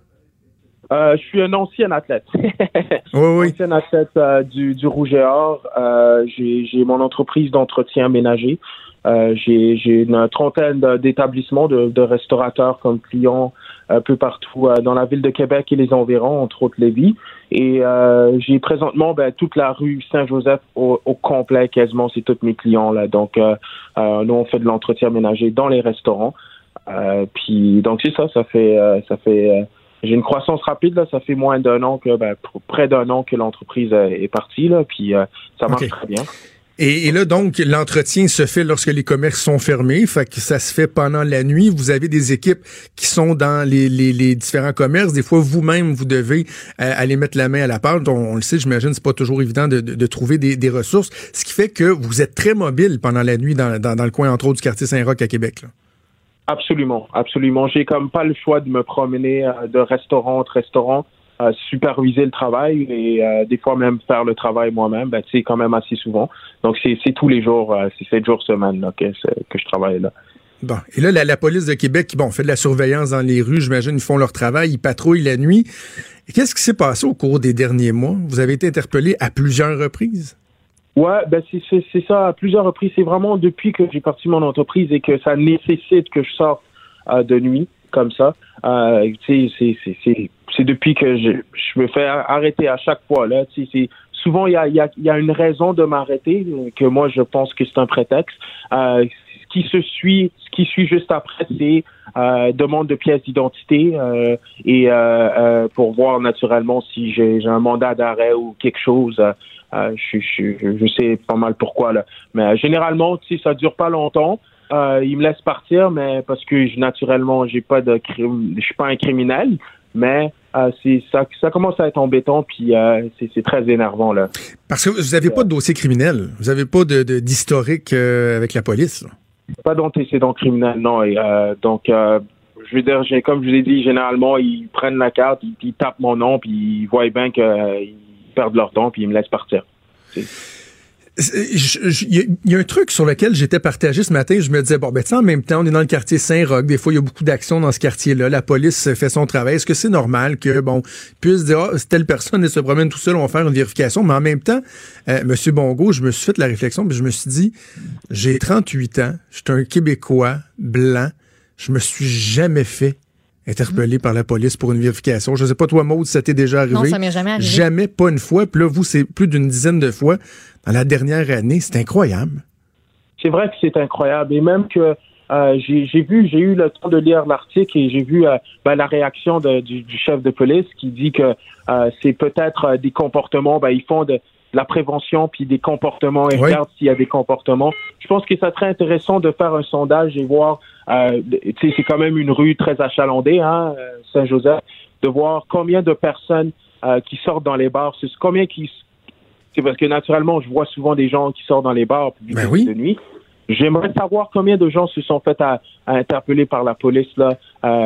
Je suis un ancien athlète. Oui. Ancien athlète du Rouge et Or. J'ai mon entreprise d'entretien ménager. J'ai une trentaine d'établissements de restaurateurs comme clients un peu partout dans la ville de Québec et les environs, entre autres Lévis. Et j'ai présentement toute la rue Saint-Joseph au complet, quasiment, c'est tous mes clients là. Donc nous on fait de l'entretien ménager dans les restaurants. Puis donc c'est ça fait j'ai une croissance rapide là, ça fait moins d'un an que près d'un an que l'entreprise est partie là, puis ça marche très bien. Et là, donc, l'entretien se fait lorsque les commerces sont fermés, fait que ça se fait pendant la nuit. Vous avez des équipes qui sont dans les différents commerces. Des fois, vous-même, vous devez aller mettre la main à la pâte. On le sait, j'imagine, c'est pas toujours évident de trouver des ressources, ce qui fait que vous êtes très mobile pendant la nuit dans le coin, entre autres, du quartier Saint-Roch à Québec, là. Absolument. J'ai comme pas le choix de me promener de restaurant en restaurant, superviser le travail et des fois même faire le travail moi-même, c'est quand même assez souvent. Donc c'est tous les jours, c'est 7 jours semaine là, que je travaille là. Bon, et là la police de Québec, fait de la surveillance dans les rues, j'imagine, ils font leur travail, ils patrouillent la nuit. Et qu'est-ce qui s'est passé au cours des derniers mois? Vous avez été interpellé à plusieurs reprises? Ouais, c'est ça, à plusieurs reprises. C'est vraiment depuis que j'ai parti mon entreprise et que ça nécessite que je sorte de nuit comme ça. C'est depuis que je me fais arrêter à chaque fois là. Souvent il y a une raison de m'arrêter que moi je pense que c'est un prétexte. Ce qui suit juste après, c'est demande de pièces d'identité et pour voir naturellement si j'ai un mandat d'arrêt ou quelque chose. Je sais pas mal pourquoi là, mais généralement ça dure pas longtemps. Ils me laissent partir, mais parce que naturellement j'ai pas de crime, je suis pas un criminel, mais ça commence à être embêtant, puis c'est très énervant là. Parce que vous avez pas de dossier criminel, vous avez pas d'historique avec la police. Là. Pas d'antécédent criminel, non. Et, donc je veux dire, comme je vous ai dit, généralement ils prennent la carte, ils tapent mon nom, puis ils voient bien qu'ils perdent leur temps, puis ils me laissent partir. Il y a un truc sur lequel j'étais partagé ce matin. Je me disais, en même temps, on est dans le quartier Saint-Roch. Des fois, il y a beaucoup d'actions dans ce quartier-là. La police fait son travail. Est-ce que c'est normal que, puisse dire, telle personne, elle se promène tout seul, on va faire une vérification. Mais en même temps, Monsieur Bongo, je me suis fait la réflexion, puis je me suis dit, j'ai 38 ans, je suis un Québécois blanc, je me suis jamais fait interpellé par la police pour une vérification. Je sais pas, toi, Maude, ça t'est déjà arrivé? Non, ça m'est jamais arrivé. Jamais, pas une fois. Puis là, vous, c'est plus d'une dizaine de fois dans la dernière année. C'est incroyable. C'est vrai que c'est incroyable. Et même que j'ai eu le temps de lire l'article et j'ai vu la réaction du chef de police qui dit que c'est peut-être des comportements, ils font de la prévention puis des comportements et regardent s'il y a des comportements. Je pense que ça serait intéressant de faire un sondage et voir, c'est quand même une rue très achalandée, Saint-Joseph, de voir combien de personnes qui sortent dans les bars, c'est parce que naturellement, je vois souvent des gens qui sortent dans les bars de nuit. J'aimerais savoir combien de gens se sont fait interpeller par la police là.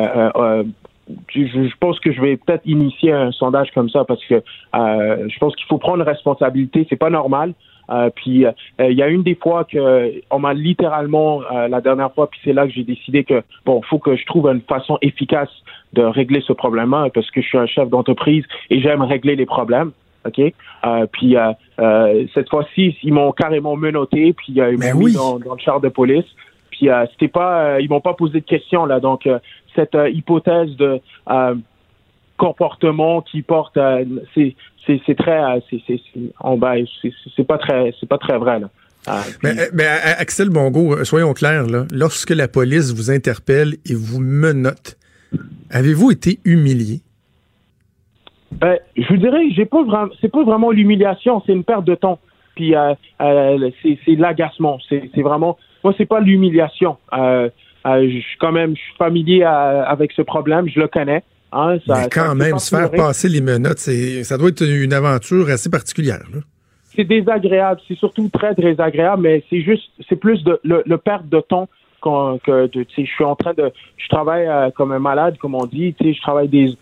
Je pense que je vais peut-être initier un sondage comme ça parce que je pense qu'il faut prendre responsabilité. C'est pas normal. Puis il y a une des fois que on m'a littéralement la dernière fois, puis c'est là que j'ai décidé que faut que je trouve une façon efficace de régler ce problème-là parce que je suis un chef d'entreprise et j'aime régler les problèmes. OK? Puis cette fois-ci, ils m'ont carrément menotté, puis ils m'ont mis dans le char de police. Puis c'était pas, ils m'ont pas posé de questions là. Donc cette hypothèse de comportement qui porte, c'est très, c'est pas très vrai là. Mais Axel Bongo, soyons clairs, là, lorsque la police vous interpelle et vous menotte, avez-vous été humilié? Je vous dirais, c'est pas vraiment l'humiliation, c'est une perte de temps. Puis c'est l'agacement. C'est vraiment, moi, c'est pas l'humiliation. Je suis familier avec ce problème, je le connais. Hein, mais quand même, se faire passer les menottes, ça doit être une aventure assez particulière, là. C'est désagréable, c'est surtout très désagréable, mais c'est plus le perte de temps je travaille comme un malade, comme on dit, je travaille des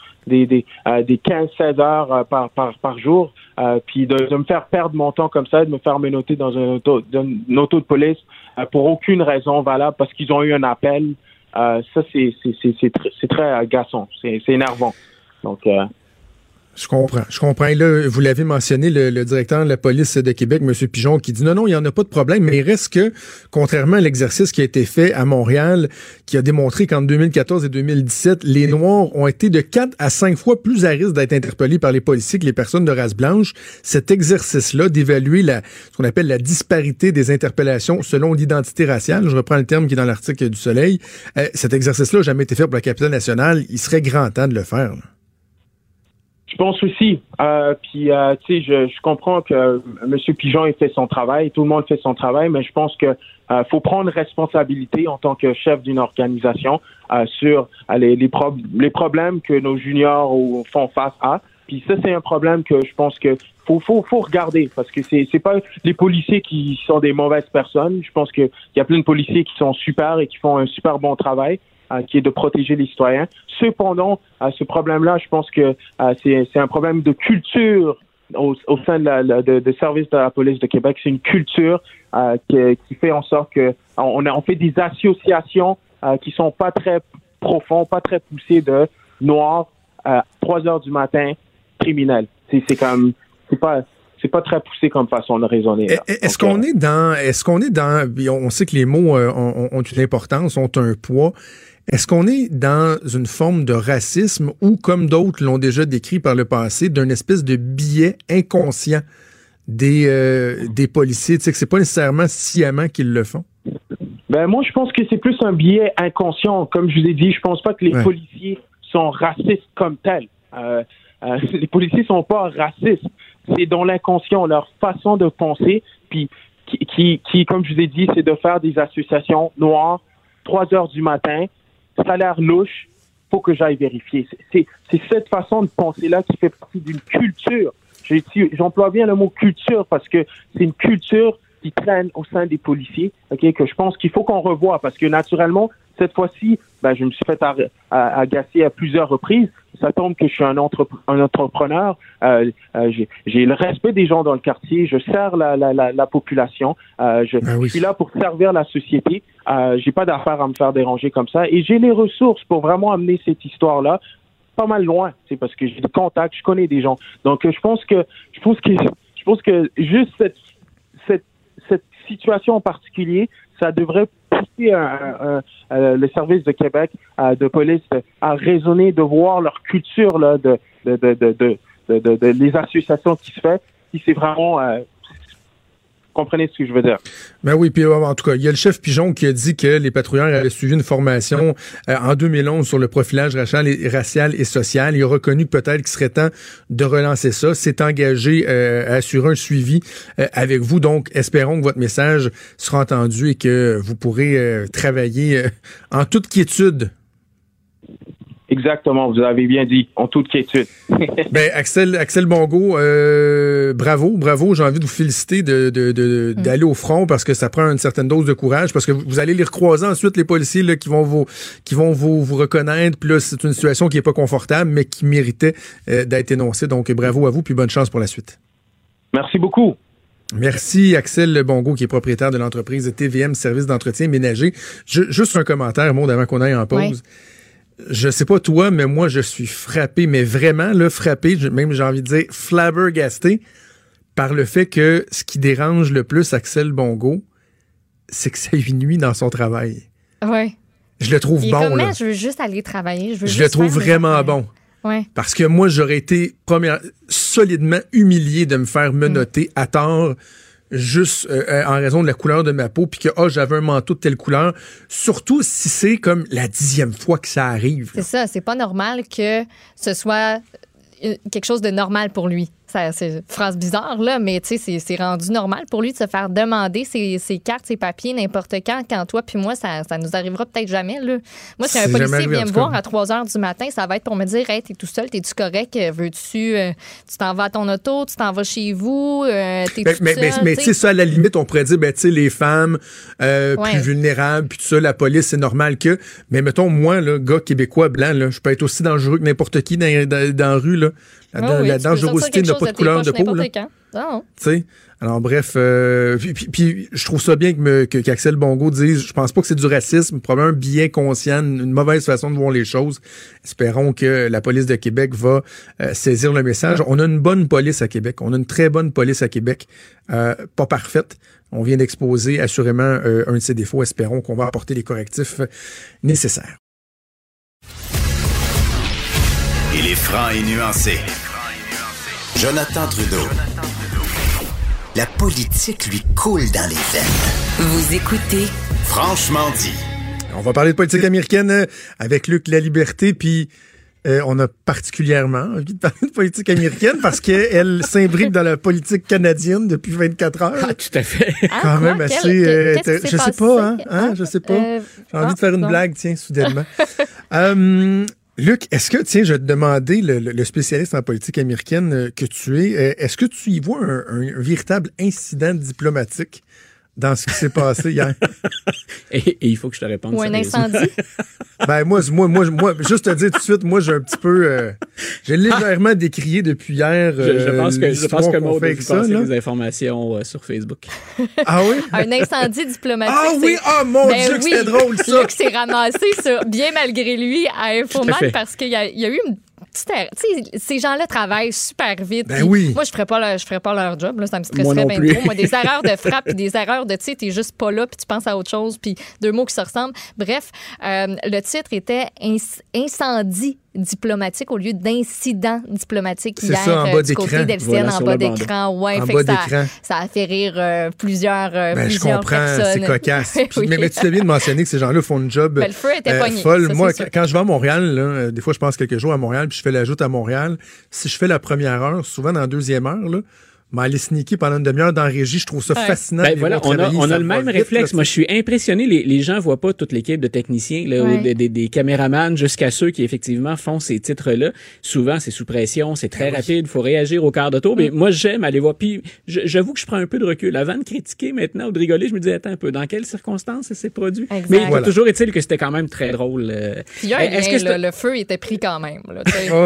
15-16 heures par jour, puis de me faire perdre mon temps comme ça, de me faire menotter dans une auto de police pour aucune raison valable, parce qu'ils ont eu un appel, ça c'est très agaçant, c'est énervant. Donc Je comprends. Et là, vous l'avez mentionné, le directeur de la police de Québec, M. Pigeon, qui dit non, il n'y en a pas de problème, mais il reste que, contrairement à l'exercice qui a été fait à Montréal, qui a démontré qu'en 2014 et 2017, les Noirs ont été de 4 à 5 fois plus à risque d'être interpellés par les policiers que les personnes de race blanche. Cet exercice-là d'évaluer ce qu'on appelle la disparité des interpellations selon l'identité raciale, je reprends le terme qui est dans l'article du Soleil, cet exercice-là n'a jamais été fait pour la capitale nationale. Il serait grand temps de le faire, là. Je pense aussi. Je comprends que M. Pigeon ait fait son travail, tout le monde fait son travail, mais je pense que faut prendre responsabilité en tant que chef d'une organisation sur les problèmes que nos juniors font face à. Puis ça, c'est un problème que je pense que faut regarder, parce que c'est pas les policiers qui sont des mauvaises personnes. Je pense qu'il y a plein de policiers qui sont super et qui font un super bon travail, qui est de protéger les citoyens. Cependant, ce problème-là, je pense que c'est un problème de culture au sein de service de la police de Québec. C'est une culture qui fait en sorte que on fait des associations qui sont pas très profondes, pas très poussées de noirs à 3 heures du matin criminels. C'est pas très poussé comme façon de raisonner. Est-ce qu'on est dans, on sait que les mots ont une importance, ont un poids. Est-ce qu'on est dans une forme de racisme ou, comme d'autres l'ont déjà décrit par le passé, d'un espèce de biais inconscient des policiers? Tu sais, que c'est pas nécessairement sciemment qu'ils le font? Moi, je pense que c'est plus un biais inconscient. Comme je vous ai dit, je pense pas que les policiers sont racistes comme tels. Les policiers sont pas racistes. C'est dans l'inconscient, leur façon de penser, puis qui, comme je vous ai dit, c'est de faire des associations noires, 3 heures du matin, ça a l'air louche, faut que j'aille vérifier. C'est cette façon de penser-là qui fait partie d'une culture. J'emploie bien le mot culture parce que c'est une culture qui traîne au sein des policiers, que je pense qu'il faut qu'on revoie, parce que naturellement, cette fois-ci, je me suis fait agacer à plusieurs reprises. Ça tombe que je suis un entrepreneur. J'ai le respect des gens dans le quartier. Je sers la population. Je suis là pour servir la société. J'ai pas d'affaire à me faire déranger comme ça. Et j'ai les ressources pour vraiment amener cette histoire-là pas mal loin. C'est parce que j'ai des contacts, je connais des gens. Donc, je pense que juste cette situation en particulier, ça devrait pousser le service de Québec de police à raisonner, de voir leur culture là, de les associations qui se fait. Si c'est vraiment comprenez ce que je veux dire. Ben oui, puis en tout cas, il y a le chef Pigeon qui a dit que les patrouilleurs avaient suivi une formation en 2011 sur le profilage racial et social. Il a reconnu peut-être qu'il serait temps de relancer ça. S'est engagé à assurer un suivi avec vous. Donc, espérons que votre message sera entendu et que vous pourrez travailler en toute quiétude. Exactement, vous avez bien dit, en toute quiétude. Axel Bongo, bravo, j'ai envie de vous féliciter d'aller au front parce que ça prend une certaine dose de courage, parce que vous allez les recroiser ensuite, les policiers là, qui vont vous reconnaître, puis là, c'est une situation qui est pas confortable, mais qui méritait d'être énoncée, donc bravo à vous, puis bonne chance pour la suite. Merci beaucoup. Merci Axel Bongo, qui est propriétaire de l'entreprise TVM Service d'entretien ménager. Juste un commentaire, Maud, avant qu'on aille en pause. Oui. Je sais pas toi, mais moi, je suis frappé, mais vraiment, là, frappé, même j'ai envie de dire flabbergasté par le fait que ce qui dérange le plus Axel Bongo, c'est que ça lui nuit dans son travail. Oui. Je le trouve bon, là. Je veux juste aller travailler. Je le trouve vraiment bon. Ouais. Parce que moi, j'aurais été solidement humilié de me faire menotter à tort juste en raison de la couleur de ma peau, puis que j'avais un manteau de telle couleur, surtout si c'est comme la 10e fois que ça arrive. C'est ça, c'est pas normal que ce soit quelque chose de normal pour lui. C'est une phrase bizarre, là, mais tu sais, c'est rendu normal pour lui de se faire demander ses cartes, ses papiers, n'importe quand toi puis moi, ça nous arrivera peut-être jamais, là. Moi, si un policier vient me voir à 3 heures du matin, ça va être pour me dire, hey, t'es tout seul, t'es-tu correct, veux-tu, tu t'en vas à ton auto, tu t'en vas chez vous, t'es tout seul. Mais tu sais, ça, à la limite, on pourrait dire, tu sais, les femmes plus vulnérables, puis tout ça, la police, c'est normal que. Mais mettons, moi, là, gars québécois blanc, là, je peux être aussi dangereux que n'importe qui dans la rue, là. La dangerosité n'a pas de couleur de peau. Alors bref, puis je trouve ça bien qu'Axel Bongo dise, je pense pas que c'est du racisme, probablement un biais conscient, une mauvaise façon de voir les choses. Espérons que la police de Québec va saisir le message. On a une bonne police à Québec, on a une très bonne police à Québec, pas parfaite. On vient d'exposer assurément un de ses défauts. Espérons qu'on va apporter les correctifs nécessaires. Il est franc et nuancé. Jonathan Trudeau. La politique lui coule dans les veines. Vous écoutez Franchement dit. On va parler de politique américaine avec Luc Laliberté, puis on a particulièrement envie de parler de politique américaine parce qu'elle s'imbrique dans la politique canadienne depuis 24 heures. Ah, tout à fait. Quand même assez... je sais pas, je sais pas. J'ai envie de faire une blague, tiens, soudainement. Luc, est-ce que, tiens, je vais te demander, le spécialiste en politique américaine que tu es, est-ce que tu y vois un véritable incident diplomatique dans ce qui s'est passé hier? Et il faut que je te réponde. Ou un incendie? Ben moi, juste te dire tout de suite, moi, j'ai un petit peu... j'ai légèrement décrié depuis hier je pense que Maud a vu passer là. des informations sur Facebook. Ah oui? Un incendie diplomatique. Ah oui! Ah mon Dieu, que c'était drôle, ça! Luc s'est ramassé ça, bien malgré lui, à Infoman, parce qu'il y a eu une... Tu sais, ces gens-là travaillent super vite. Ben oui. Moi, je ferais pas leur job. Là, ça me stresserait bien trop. Moi, des erreurs de frappe puis des erreurs de, tu sais, t'es juste pas là puis tu penses à autre chose puis deux mots qui se ressemblent. Bref, le titre était Incendie diplomatique au lieu d'incident diplomatique hier ça, en bas du côté d'LCN en bas d'écran. Ouais, fait que ça a fait rire plusieurs personnes. Je comprends, c'est cocasse. Oui. Mais tu fais bien de mentionner que ces gens-là font une job le feu était pogné, folle. ça, moi, quand je vais à Montréal, là, des fois, je passe quelques jours à Montréal puis je fais la joute à Montréal. Si je fais la première heure, souvent dans la deuxième heure, là, aller sneaker pendant une demi-heure dans la régie, je trouve ça fascinant. Ben voilà, on a le même réflexe. Moi, je suis impressionné. Les gens voient pas toute l'équipe de techniciens, là, ou des caméramans jusqu'à ceux qui, effectivement, font ces titres-là. Souvent, c'est sous pression, c'est très rapide, il faut réagir au quart de tour. Mais moi, j'aime aller voir. Puis, j'avoue que je prends un peu de recul. Avant de critiquer maintenant ou de rigoler, je me dis, attends un peu, dans quelles circonstances ça s'est produit? Exact. Mais toujours est-il que c'était quand même très drôle. Puis le feu était pris quand même. Là,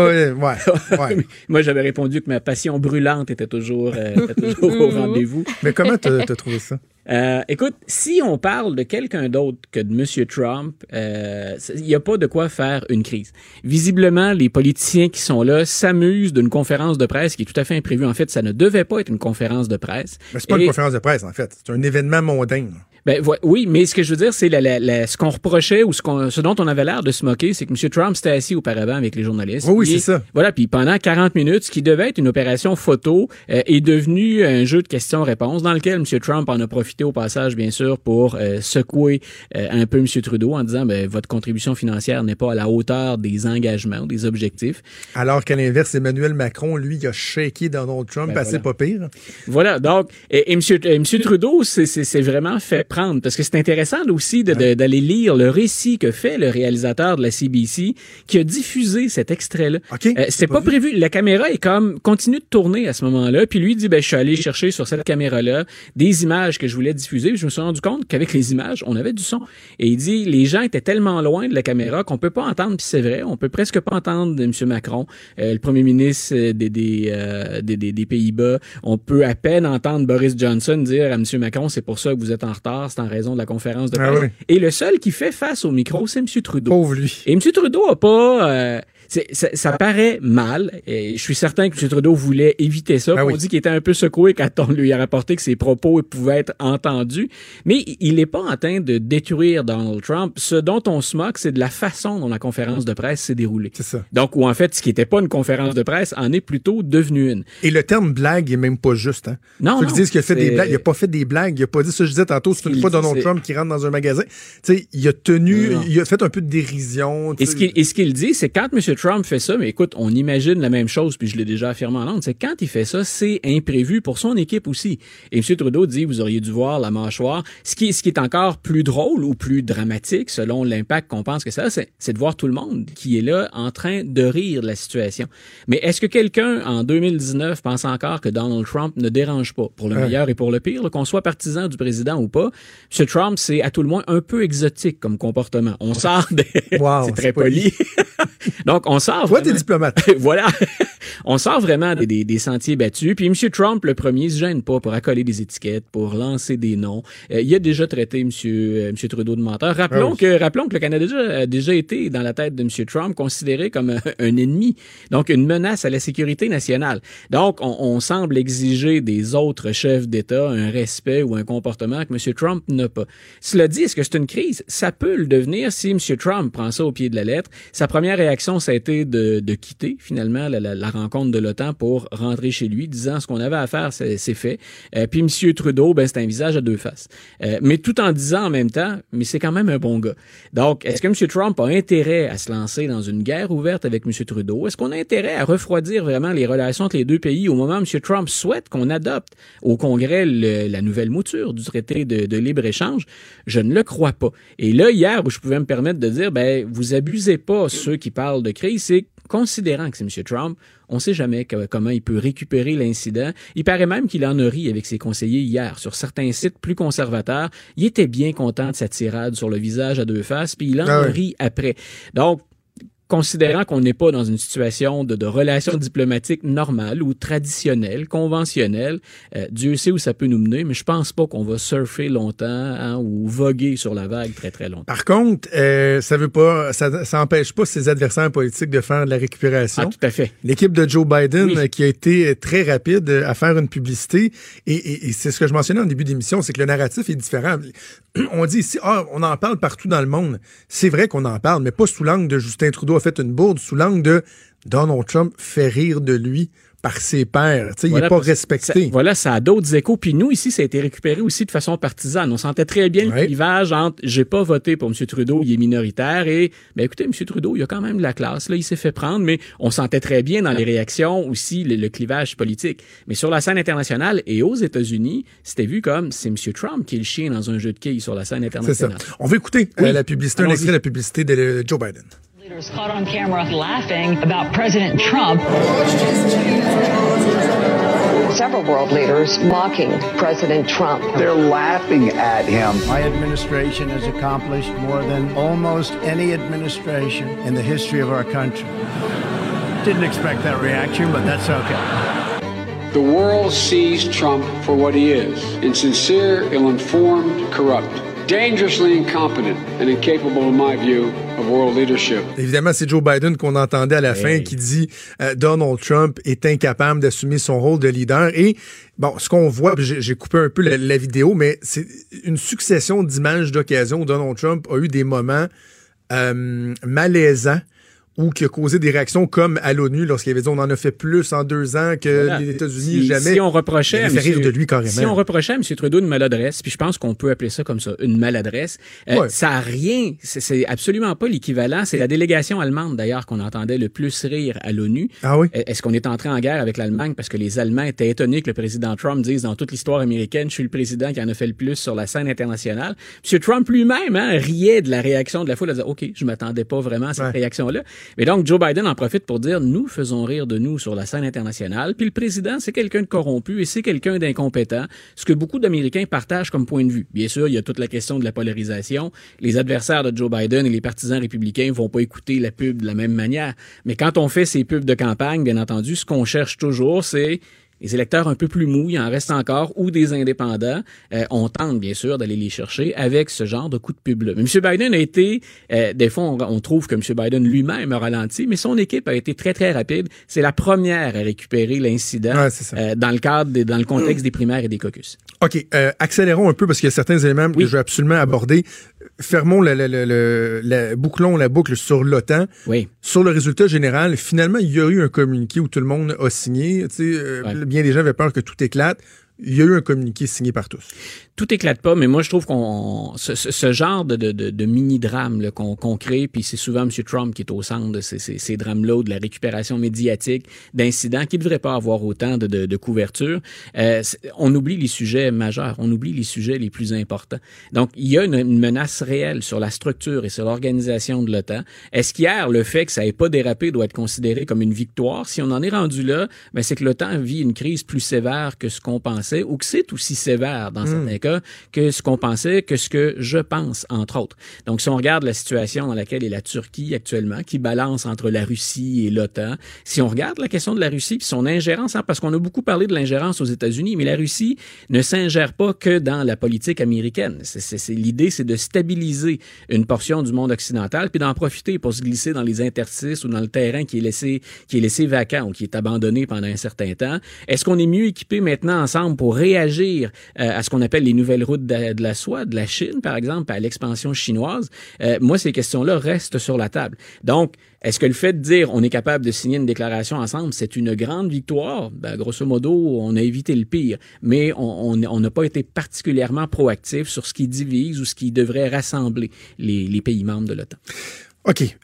ouais. Moi, j'avais répondu que ma passion brûlante était toujours au rendez-vous. Mais comment t'as trouvé ça? Écoute, si on parle de quelqu'un d'autre que de M. Trump, il n'y a pas de quoi faire une crise. Visiblement, les politiciens qui sont là s'amusent d'une conférence de presse qui est tout à fait imprévue. En fait, ça ne devait pas être une conférence de presse. Mais c'est pas une conférence de presse, en fait. C'est un événement mondain. Ben oui, mais ce que je veux dire, c'est ce qu'on reprochait ou ce dont on avait l'air de se moquer, c'est que M. Trump s'était assis auparavant avec les journalistes. Oui, c'est ça. Voilà, puis pendant 40 minutes, ce qui devait être une opération photo est devenu un jeu de questions-réponses dans lequel M. Trump en a profité au passage, bien sûr, pour secouer un peu M. Trudeau en disant votre contribution financière n'est pas à la hauteur des engagements ou des objectifs. Alors qu'à l'inverse, Emmanuel Macron, lui, il a shaké Donald Trump assez pas pire. Voilà, donc, et M. Trudeau, c'est vraiment fait prendre, parce que c'est intéressant aussi d'aller lire le récit que fait le réalisateur de la CBC qui a diffusé cet extrait-là. Okay, c'est pas prévu. La caméra est continue de tourner à ce moment-là, puis lui il dit je suis allé chercher sur cette caméra-là des images que je voulais diffuser, puis je me suis rendu compte qu'avec les images, on avait du son. Et il dit les gens étaient tellement loin de la caméra qu'on peut pas entendre, puis c'est vrai, on peut presque pas entendre M. Macron, le premier ministre des Pays-Bas. On peut à peine entendre Boris Johnson dire à M. Macron c'est pour ça que vous êtes en retard, c'est en raison de la conférence de presse. Et le seul qui fait face au micro, c'est M. Trudeau. Pauvre lui. Et M. Trudeau a pas... Ça paraît mal. Et je suis certain que M. Trudeau voulait éviter ça. On dit qu'il était un peu secoué quand on lui a rapporté que ses propos pouvaient être entendus. Mais il n'est pas en train de détruire Donald Trump. Ce dont on se moque, c'est de la façon dont la conférence de presse s'est déroulée. C'est ça. Donc, ou en fait, ce qui n'était pas une conférence de presse en est plutôt devenu une. Et le terme blague est même pas juste. Hein? Non, faut dire qu'il a fait des blagues. Il a pas fait des blagues. Il a pas dit ça. Je disais tantôt, c'est une fois Donald Trump qui rentre dans un magasin. Tu sais, il a fait un peu de dérision. Et ce qu'il dit, c'est quand M. Trump fait ça, mais écoute, on imagine la même chose, puis je l'ai déjà affirmé en Londres, c'est quand il fait ça, c'est imprévu pour son équipe aussi. Et M. Trudeau dit, vous auriez dû voir la mâchoire. Ce qui est encore plus drôle ou plus dramatique, selon l'impact qu'on pense que ça a, c'est de voir tout le monde qui est là en train de rire de la situation. Mais est-ce que quelqu'un, en 2019, pense encore que Donald Trump ne dérange pas, pour le meilleur et pour le pire, là, qu'on soit partisan du président ou pas? M. Trump, c'est à tout le moins un peu exotique comme comportement. On sort des... Wow, c'est très poli. Donc, on sort... Toi, t'es diplomate. Voilà. On sort vraiment des sentiers battus. Puis M. Trump, le premier, se gêne pas pour accoler des étiquettes, pour lancer des noms. Il a déjà traité M. Trudeau de menteur. Rappelons que le Canada a déjà été, dans la tête de M. Trump, considéré comme un ennemi. Donc, une menace à la sécurité nationale. Donc, on semble exiger des autres chefs d'État un respect ou un comportement que M. Trump n'a pas. Cela dit, est-ce que c'est une crise? Ça peut le devenir si M. Trump prend ça au pied de la lettre. Sa première réaction, ça a été de quitter, finalement, la rencontre de l'OTAN pour rentrer chez lui, disant ce qu'on avait à faire, c'est fait. Puis M. Trudeau, c'est un visage à deux faces. Mais tout en disant en même temps, mais c'est quand même un bon gars. Donc, est-ce que M. Trump a intérêt à se lancer dans une guerre ouverte avec M. Trudeau? Est-ce qu'on a intérêt à refroidir vraiment les relations entre les deux pays au moment où M. Trump souhaite qu'on adopte au Congrès la nouvelle mouture du traité de libre-échange? Je ne le crois pas. Et là, hier, où je pouvais me permettre de dire, vous abusez pas ceux qui parlent de crise, c'est considérant que c'est M. Trump, on ne sait jamais comment il peut récupérer l'incident. Il paraît même qu'il en a ri avec ses conseillers hier. Sur certains sites plus conservateurs, il était bien content de sa tirade sur le visage à deux faces, puis il en a ri après. Donc, considérant qu'on n'est pas dans une situation de relations diplomatiques normales ou traditionnelles, conventionnelles, Dieu sait où ça peut nous mener, mais je pense pas qu'on va surfer longtemps ou voguer sur la vague très, très longtemps. Par contre, ça empêche pas ses adversaires politiques de faire de la récupération. Ah, tout à fait. L'équipe de Joe Biden qui a été très rapide à faire une publicité, et c'est ce que je mentionnais en début d'émission, c'est que le narratif est différent. On dit ici, on en parle partout dans le monde. C'est vrai qu'on en parle, mais pas sous l'angle de Justin Trudeau a fait une bourde, sous l'angle de Donald Trump fait rire de lui par ses pairs. Il n'est pas respecté. Ça a d'autres échos. Puis nous, ici, ça a été récupéré aussi de façon partisane. On sentait très bien le clivage entre « j'ai pas voté pour M. Trudeau, il est minoritaire » et « écoutez, M. Trudeau, il a quand même de la classe, là, il s'est fait prendre », mais on sentait très bien dans les réactions aussi le clivage politique. Mais sur la scène internationale et aux États-Unis, c'était vu comme c'est M. Trump qui est le chien dans un jeu de quilles sur la scène internationale. C'est ça. On va écouter la publicité, un extrait de la publicité de Joe Biden. Leaders caught on camera laughing about President Trump. Several world leaders mocking President Trump. They're laughing at him. My administration has accomplished more than almost any administration in the history of our country. Didn't expect that reaction, but that's okay. The world sees Trump for what he is: insincere, ill-informed, corrupt. Dangerously incompetent and incapable, in my view, of world leadership. Évidemment, c'est Joe Biden qu'on entendait à la fin qui dit Donald Trump est incapable d'assumer son rôle de leader. Et bon, ce qu'on voit, j'ai coupé un peu la vidéo, mais c'est une succession d'images d'occasion où Donald Trump a eu des moments malaisants ou qui a causé des réactions comme à l'ONU lorsqu'il avait dit on en a fait plus en 2 ans que les États-Unis jamais. Si on reprochait rire de lui carrément. Si on reprochait à M. Trudeau une maladresse, puis je pense qu'on peut appeler ça comme ça, une maladresse, ça a rien, c'est absolument pas l'équivalent. C'est la délégation allemande d'ailleurs qu'on entendait le plus rire à l'ONU. Ah oui? Est-ce qu'on est entré en guerre avec l'Allemagne parce que les Allemands étaient étonnés que le président Trump dise dans toute l'histoire américaine, je suis le président qui en a fait le plus sur la scène internationale. M. Trump lui-même riait de la réaction de la foule, à dire OK, je m'attendais pas vraiment à cette réaction-là. Mais donc Joe Biden en profite pour dire nous faisons rire de nous sur la scène internationale, puis le président c'est quelqu'un de corrompu et c'est quelqu'un d'incompétent, ce que beaucoup d'Américains partagent comme point de vue. Bien sûr, il y a toute la question de la polarisation. Les adversaires de Joe Biden et les partisans républicains vont pas écouter la pub de la même manière. Mais quand on fait ces pubs de campagne, bien entendu, ce qu'on cherche toujours, c'est Les électeurs un peu plus mous, il en reste encore, ou des indépendants, on tente bien sûr d'aller les chercher avec ce genre de coup de pub-là. Mais M. Biden a été, des fois on trouve que M. Biden lui-même a ralenti, mais son équipe a été très très rapide. C'est la première à récupérer l'incident dans le contexte des primaires et des caucus. OK, accélérons un peu parce qu'il y a certains éléments que je veux absolument aborder. Fermons bouclons la boucle sur l'OTAN. Oui. Sur le résultat général, finalement, il y a eu un communiqué où tout le monde a signé. Bien des gens avaient peur que tout éclate. Il y a eu un communiqué signé par tous. Tout éclate pas, mais moi, je trouve qu'on ce genre de mini-drame qu'on crée, puis c'est souvent M. Trump qui est au centre de ces drames-là, de la récupération médiatique, d'incidents qui ne devraient pas avoir autant de couverture. On oublie les sujets majeurs, on oublie les sujets les plus importants. Donc, il y a une menace réelle sur la structure et sur l'organisation de l'OTAN. Est-ce qu'hier, le fait que ça n'ait pas dérapé doit être considéré comme une victoire? Si on en est rendu là, ben c'est que l'OTAN vit une crise plus sévère que ce qu'on pensait, ou que c'est aussi sévère dans certains cas que ce qu'on pensait, que ce que je pense, entre autres. Donc, si on regarde la situation dans laquelle est la Turquie actuellement, qui balance entre la Russie et l'OTAN, si on regarde la question de la Russie puis son ingérence, parce qu'on a beaucoup parlé de l'ingérence aux États-Unis, mais la Russie ne s'ingère pas que dans la politique américaine. L'idée, c'est de stabiliser une portion du monde occidental puis d'en profiter pour se glisser dans les interstices ou dans le terrain qui est laissé vacant ou qui est abandonné pendant un certain temps. Est-ce qu'on est mieux équipé maintenant ensemble pour réagir à ce qu'on appelle les nouvelles routes de la soie, de la Chine, par exemple, à l'expansion chinoise? Moi, ces questions-là restent sur la table. Donc, est-ce que le fait de dire on est capable de signer une déclaration ensemble, c'est une grande victoire? Ben, grosso modo, on a évité le pire, mais on n'a pas été particulièrement proactif sur ce qui divise ou ce qui devrait rassembler les pays membres de l'OTAN. OK.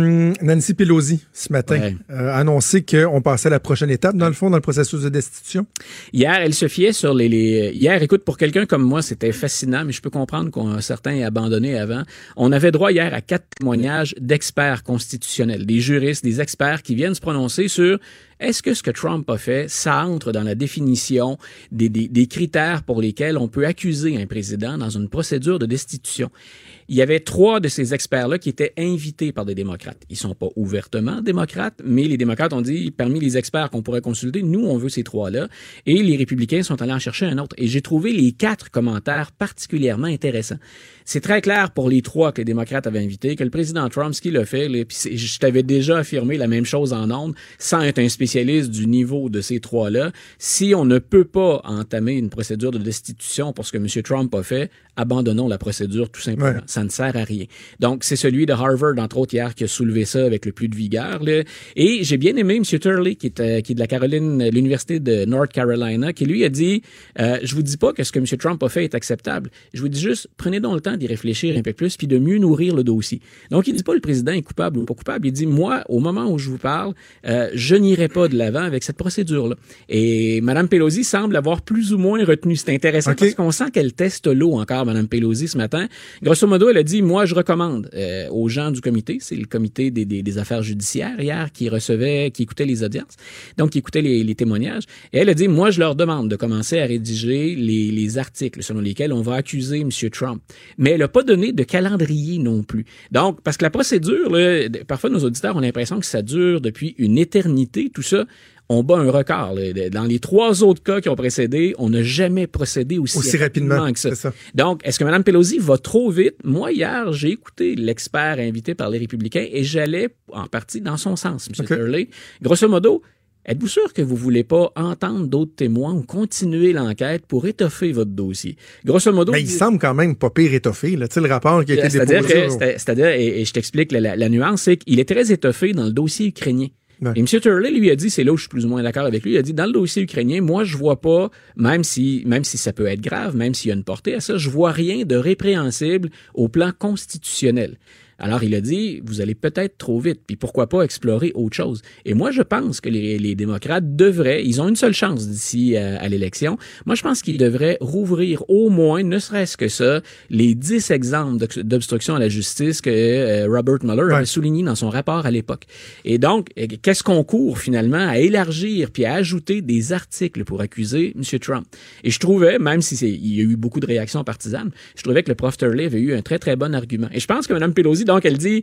Nancy Pelosi, ce matin, a annoncé qu'on passait à la prochaine étape, dans le fond, dans le processus de destitution. Hier, elle se fiait sur Hier, écoute, pour quelqu'un comme moi, c'était fascinant, mais je peux comprendre qu'un certain ait abandonné avant. On avait droit hier à 4 témoignages d'experts constitutionnels, des juristes, des experts qui viennent se prononcer sur est-ce que ce que Trump a fait, ça entre dans la définition des critères pour lesquels on peut accuser un président dans une procédure de destitution? Il y avait 3 de ces experts-là qui étaient invités par des démocrates. Ils sont pas ouvertement démocrates, mais les démocrates ont dit, parmi les experts qu'on pourrait consulter, nous, on veut ces 3-là. Et les républicains sont allés en chercher un autre. Et j'ai trouvé les 4 commentaires particulièrement intéressants. C'est très clair pour les 3 que les démocrates avaient invités, que le président Trump, ce qu'il a fait, puis je t'avais déjà affirmé la même chose en ondes, sans être un spécialiste du niveau de ces 3-là. Si on ne peut pas entamer une procédure de destitution pour ce que M. Trump a fait, abandonnons la procédure tout simplement. Ouais. Ça ne sert à rien. Donc, c'est celui de Harvard, entre autres, hier, qui a soulevé ça avec le plus de vigueur. Là. Et j'ai bien aimé M. Turley, qui est de l'Université de North Carolina, qui lui a dit, je vous dis pas que ce que M. Trump a fait est acceptable. Je vous dis juste, prenez donc le temps d'y réfléchir un peu plus puis de mieux nourrir le dossier. Donc, il dit pas le président est coupable ou pas coupable. Il dit, moi, au moment où je vous parle, je n'irai pas de l'avant avec cette procédure-là. Et Mme Pelosi semble avoir plus ou moins retenu. C'est intéressant parce qu'on sent qu'elle teste l'eau encore, Mme Pelosi, ce matin. Grosso modo, elle a dit, moi, je recommande aux gens du comité, c'est le comité des affaires judiciaires hier qui écoutait les audiences, donc qui écoutait les témoignages. Et elle a dit, moi, je leur demande de commencer à rédiger les articles selon lesquels on va accuser M. Trump. Mais elle n'a pas donné de calendrier non plus. Donc, parce que la procédure, là, parfois, nos auditeurs ont l'impression que ça dure depuis une éternité, tout ça. On bat un record. Là. Dans les 3 autres cas qui ont précédé, on n'a jamais procédé aussi rapidement que ça. Donc, est-ce que Mme Pelosi va trop vite? Moi, hier, j'ai écouté l'expert invité par les républicains et j'allais en partie dans son sens, M. Turley. Grosso modo, êtes-vous sûr que vous ne voulez pas entendre d'autres témoins ou continuer l'enquête pour étoffer votre dossier? Grosso modo... Mais il semble quand même pas pire étoffé, là. Tu sais, le rapport qui a été déposé. C'est-à-dire, et je t'explique la nuance, c'est qu'il est très étoffé dans le dossier ukrainien. Ouais. Et M. Turley lui a dit, c'est là où je suis plus ou moins d'accord avec lui, il a dit, dans le dossier ukrainien, moi, je vois pas, même si ça peut être grave, même s'il y a une portée à ça, je vois rien de répréhensible au plan constitutionnel. Alors, il a dit, vous allez peut-être trop vite, puis pourquoi pas explorer autre chose. Et moi, je pense que les démocrates devraient, ils ont une seule chance d'ici à l'élection, moi, je pense qu'ils devraient rouvrir au moins, ne serait-ce que ça, les 10 exemples d'obstruction à la justice que Robert Mueller avait souligné dans son rapport à l'époque. Et donc, qu'est-ce qu'on court finalement à élargir puis à ajouter des articles pour accuser M. Trump? Et je trouvais, même il y a eu beaucoup de réactions partisanes, je trouvais que le prof Turley avait eu un très, très bon argument. Et je pense que Mme Pelosi, donc, elle dit,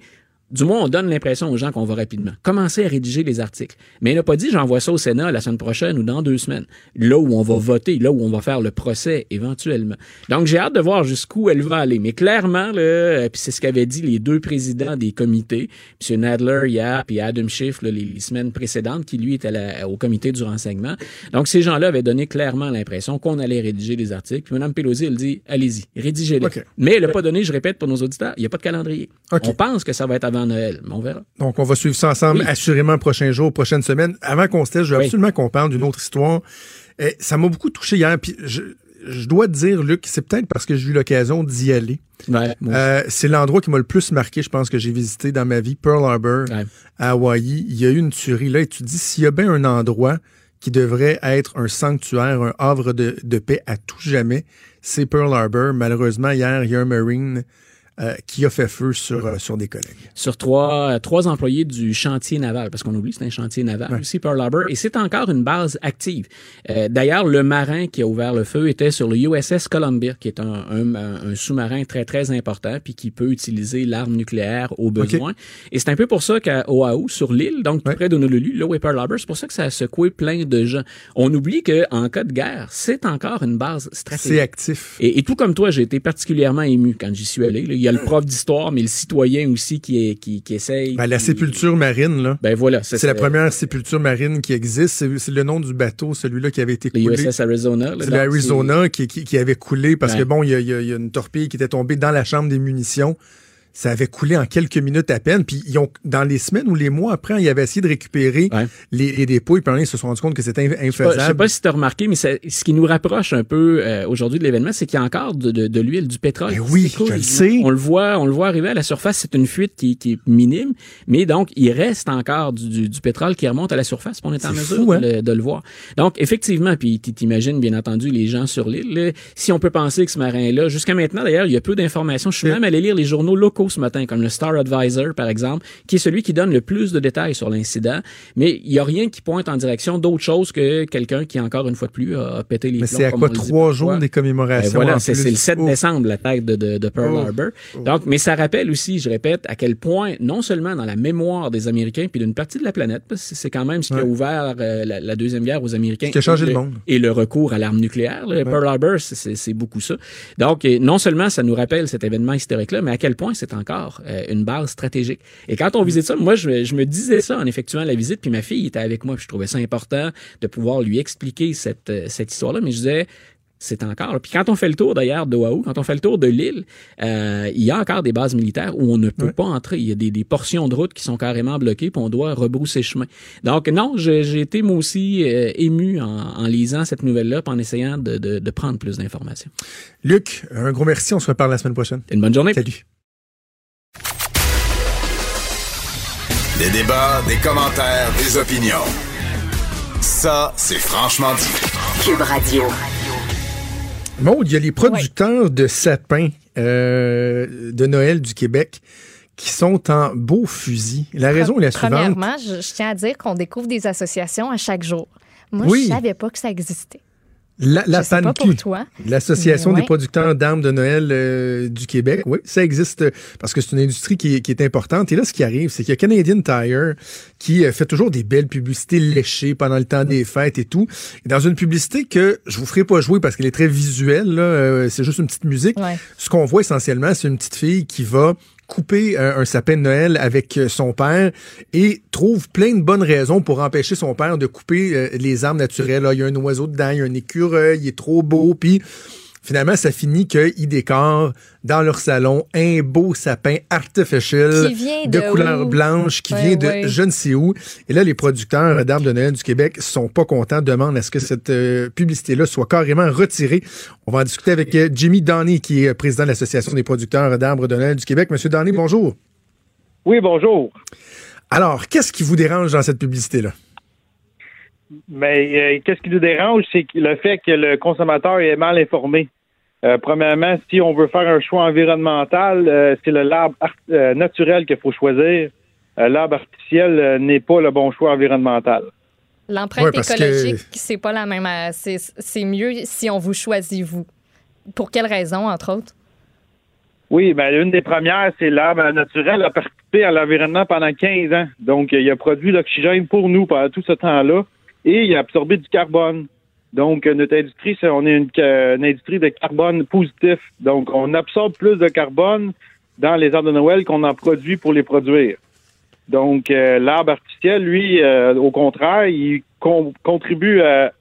Du moins, on donne l'impression aux gens qu'on va rapidement. Commencer à rédiger les articles. Mais il n'a pas dit j'envoie ça au Sénat la semaine prochaine ou dans 2 semaines. Là où on va voter, là où on va faire le procès éventuellement. Donc, j'ai hâte de voir jusqu'où elle va aller. Mais clairement, là, puis c'est ce qu'avaient dit les 2 présidents des comités, M. Nadler hier, puis Adam Schiff les semaines précédentes, qui lui était au comité du renseignement. Donc, ces gens-là avaient donné clairement l'impression qu'on allait rédiger les articles. Puis Mme Pelosi, elle dit, allez-y, rédigez-les. Okay. Mais elle n'a pas donné, je répète pour nos auditeurs, il n'y a pas de calendrier. Okay. On pense que ça va être avant Noël, mais on verra. Donc, on va suivre ça ensemble, assurément, prochains jours, prochaines semaines. Avant qu'on se laisse, je veux absolument qu'on parle d'une autre histoire. Ça m'a beaucoup touché hier, puis je dois te dire, Luc, c'est peut-être parce que j'ai eu l'occasion d'y aller. Ouais, c'est l'endroit qui m'a le plus marqué, je pense, que j'ai visité dans ma vie, Pearl Harbor, à Hawaï. Il y a eu une tuerie là, et tu te dis, s'il y a bien un endroit qui devrait être un sanctuaire, un havre de paix à tout jamais, c'est Pearl Harbor. Malheureusement, hier, il y a un Marine qui a fait feu sur des collègues. Sur trois employés du chantier naval, parce qu'on oublie, c'est un chantier naval aussi, Pearl Harbor, et c'est encore une base active. D'ailleurs, le marin qui a ouvert le feu était sur le USS Columbia, qui est un sous-marin très, très important, puis qui peut utiliser l'arme nucléaire au besoin. Okay. Et c'est un peu pour ça qu'à Oahu, sur l'île, donc tout près d'Honolulu, là où est Pearl Harbor, c'est pour ça que ça a secoué plein de gens. On oublie qu'en cas de guerre, c'est encore une base stratégique. C'est actif. Et tout comme toi, j'ai été particulièrement ému quand j'y suis allé. Là, il y a le prof d'histoire, mais le citoyen aussi qui essaye. La sépulture marine, là. Ben voilà. C'est la première sépulture marine qui existe. C'est le nom du bateau, celui-là qui avait été coulé. Le USS Arizona. C'est l'Arizona qui avait coulé parce que bon, il y a une torpille qui était tombée dans la chambre des munitions. Ça avait coulé en quelques minutes à peine. Puis dans les semaines ou les mois après, ils avaient essayé de récupérer les dépôts. Et puis ils se sont rendus compte que c'était infaisable. Je sais pas si tu as remarqué, mais ce qui nous rapproche un peu aujourd'hui de l'événement, c'est qu'il y a encore de l'huile, du pétrole. Mais oui, je le sais. On le voit arriver à la surface. C'est une fuite qui est minime. Mais donc, il reste encore du pétrole qui remonte à la surface. On est en mesure de le voir. Donc, effectivement, puis tu t'imagines, bien entendu, les gens sur l'île. Là, si on peut penser que ce marin-là, jusqu'à maintenant, d'ailleurs, il y a peu d'informations. Je suis même allé lire les journaux locaux ce matin, comme le Star Advisor, par exemple, qui est celui qui donne le plus de détails sur l'incident. Mais il n'y a rien qui pointe en direction d'autre chose que quelqu'un qui, encore une fois de plus, a pété les plombs. Mais c'est à quoi 3 jours des commémorations? Voilà, c'est le 7 décembre, la tête de Pearl Harbor. Donc, mais ça rappelle aussi, je répète, à quel point, non seulement dans la mémoire des Américains, puis d'une partie de la planète, parce que c'est quand même ce qui a ouvert la Deuxième Guerre aux Américains. Ce qui a changé le monde. Et le recours à l'arme nucléaire. Pearl Harbor, c'est beaucoup ça. Donc, non seulement ça nous rappelle cet événement historique-là, mais à quel point c'est encore une base stratégique. Et quand on visite ça, moi, je me disais ça en effectuant la visite, puis ma fille était avec moi, puis je trouvais ça important de pouvoir lui expliquer cette histoire-là, mais je disais, c'est encore. Puis quand on fait le tour d'ailleurs d'Oahu, quand on fait le tour de l'île, il y a encore des bases militaires où on ne peut pas entrer. Il y a des portions de route qui sont carrément bloquées, puis on doit rebrousser chemin. Donc non, j'ai été moi aussi ému en lisant cette nouvelle-là, puis en essayant de prendre plus d'informations. Luc, un gros merci. On se reparle la semaine prochaine. Une bonne journée. Salut. Des débats, des commentaires, des opinions. Ça, c'est franchement dit. Cube Radio. Maud, il y a les producteurs de sapins de Noël du Québec qui sont en beau fusil. La raison est la suivante. Premièrement, je tiens à dire qu'on découvre des associations à chaque jour. Moi, je savais pas que ça existait. La PANQ, l'Association des producteurs d'armes de Noël du Québec, oui, ça existe parce que c'est une industrie qui est importante. Et là, ce qui arrive, c'est qu'il y a Canadian Tire qui fait toujours des belles publicités léchées pendant le temps des fêtes et tout. Et dans une publicité que je vous ferai pas jouer parce qu'elle est très visuelle, là, c'est juste une petite musique. Ouais. Ce qu'on voit essentiellement, c'est une petite fille qui va couper un sapin de Noël avec son père et trouve plein de bonnes raisons pour empêcher son père de couper les arbres naturels. Là, il y a un oiseau dedans, il y a un écureuil, il est trop beau, puis finalement, ça finit qu'ils décorent dans leur salon un beau sapin artificial de couleur blanche qui vient de je ne sais où. Et là, les producteurs d'arbres de Noël du Québec sont pas contents, demandent à ce que cette publicité-là soit carrément retirée. On va en discuter avec Jimmy Downey, qui est président de l'Association des producteurs d'arbres de Noël du Québec. Monsieur Downey, bonjour. Oui, bonjour. Alors, qu'est-ce qui vous dérange dans cette publicité-là? Mais qu'est-ce qui nous dérange, c'est le fait que le consommateur est mal informé. Premièrement, si on veut faire un choix environnemental, c'est l'arbre naturel qu'il faut choisir. L'arbre artificiel n'est pas le bon choix environnemental. L'empreinte écologique, c'est pas la même. C'est mieux si on vous choisit, vous. Pour quelle raison, entre autres? Oui, ben une des premières, c'est l'arbre naturel a participé participé à l'environnement pendant 15 ans. Donc, il a produit l'oxygène pour nous pendant tout ce temps-là et il a absorbé du carbone. Donc, notre industrie, on est une industrie de carbone positif. Donc, on absorbe plus de carbone dans les arbres de Noël qu'on en produit pour les produire. Donc, l'arbre artificiel, lui, au contraire, il contribue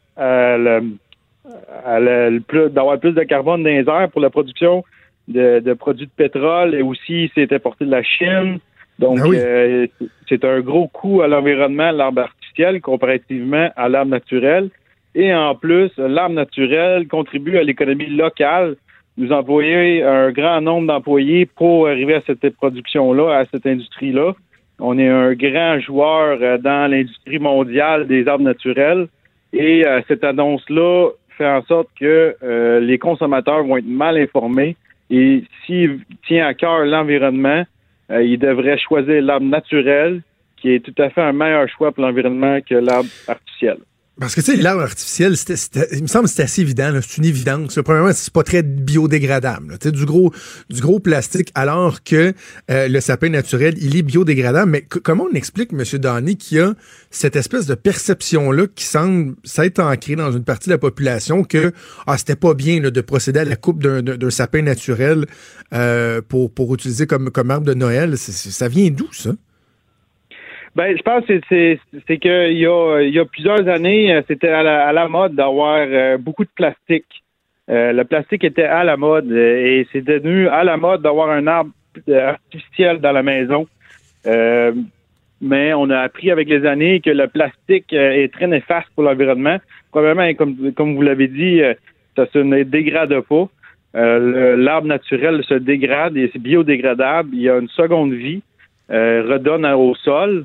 d'avoir plus de carbone dans les airs pour la production de produits de pétrole et aussi c'est importé de la Chine. Donc, c'est un gros coût à l'environnement, l'arbre artificiel, comparativement à l'arbre naturel. Et en plus, l'arbre naturel contribue à l'économie locale. Nous employons un grand nombre d'employés pour arriver à cette production-là, à cette industrie-là. On est un grand joueur dans l'industrie mondiale des arbres naturels. Et cette annonce-là fait en sorte que les consommateurs vont être mal informés. Et s'ils tiennent à cœur l'environnement, ils devraient choisir l'arbre naturel, qui est tout à fait un meilleur choix pour l'environnement que l'arbre artificiel. Parce que, tu sais, l'arbre artificiel, il me semble que c'est assez évident, là, c'est une évidence. Premièrement, c'est pas très biodégradable. Tu sais, du gros plastique, alors que le sapin naturel, il est biodégradable. Mais comment on explique, M. Dany, qu'il y a cette espèce de perception-là qui semble s'être ancrée dans une partie de la population que c'était pas bien là, de procéder à la coupe d'un sapin naturel pour utiliser comme arbre de Noël. Ça vient d'où, ça? Ben, je pense que c'est qu'il y a plusieurs années, c'était à la mode d'avoir beaucoup de plastique. Le plastique était à la mode et c'est devenu à la mode d'avoir un arbre artificiel dans la maison. Mais on a appris avec les années que le plastique est très néfaste pour l'environnement. Probablement, comme vous l'avez dit, ça se ne dégrade pas. L'arbre naturel se dégrade et c'est biodégradable. Il y a une seconde vie, redonne au sol.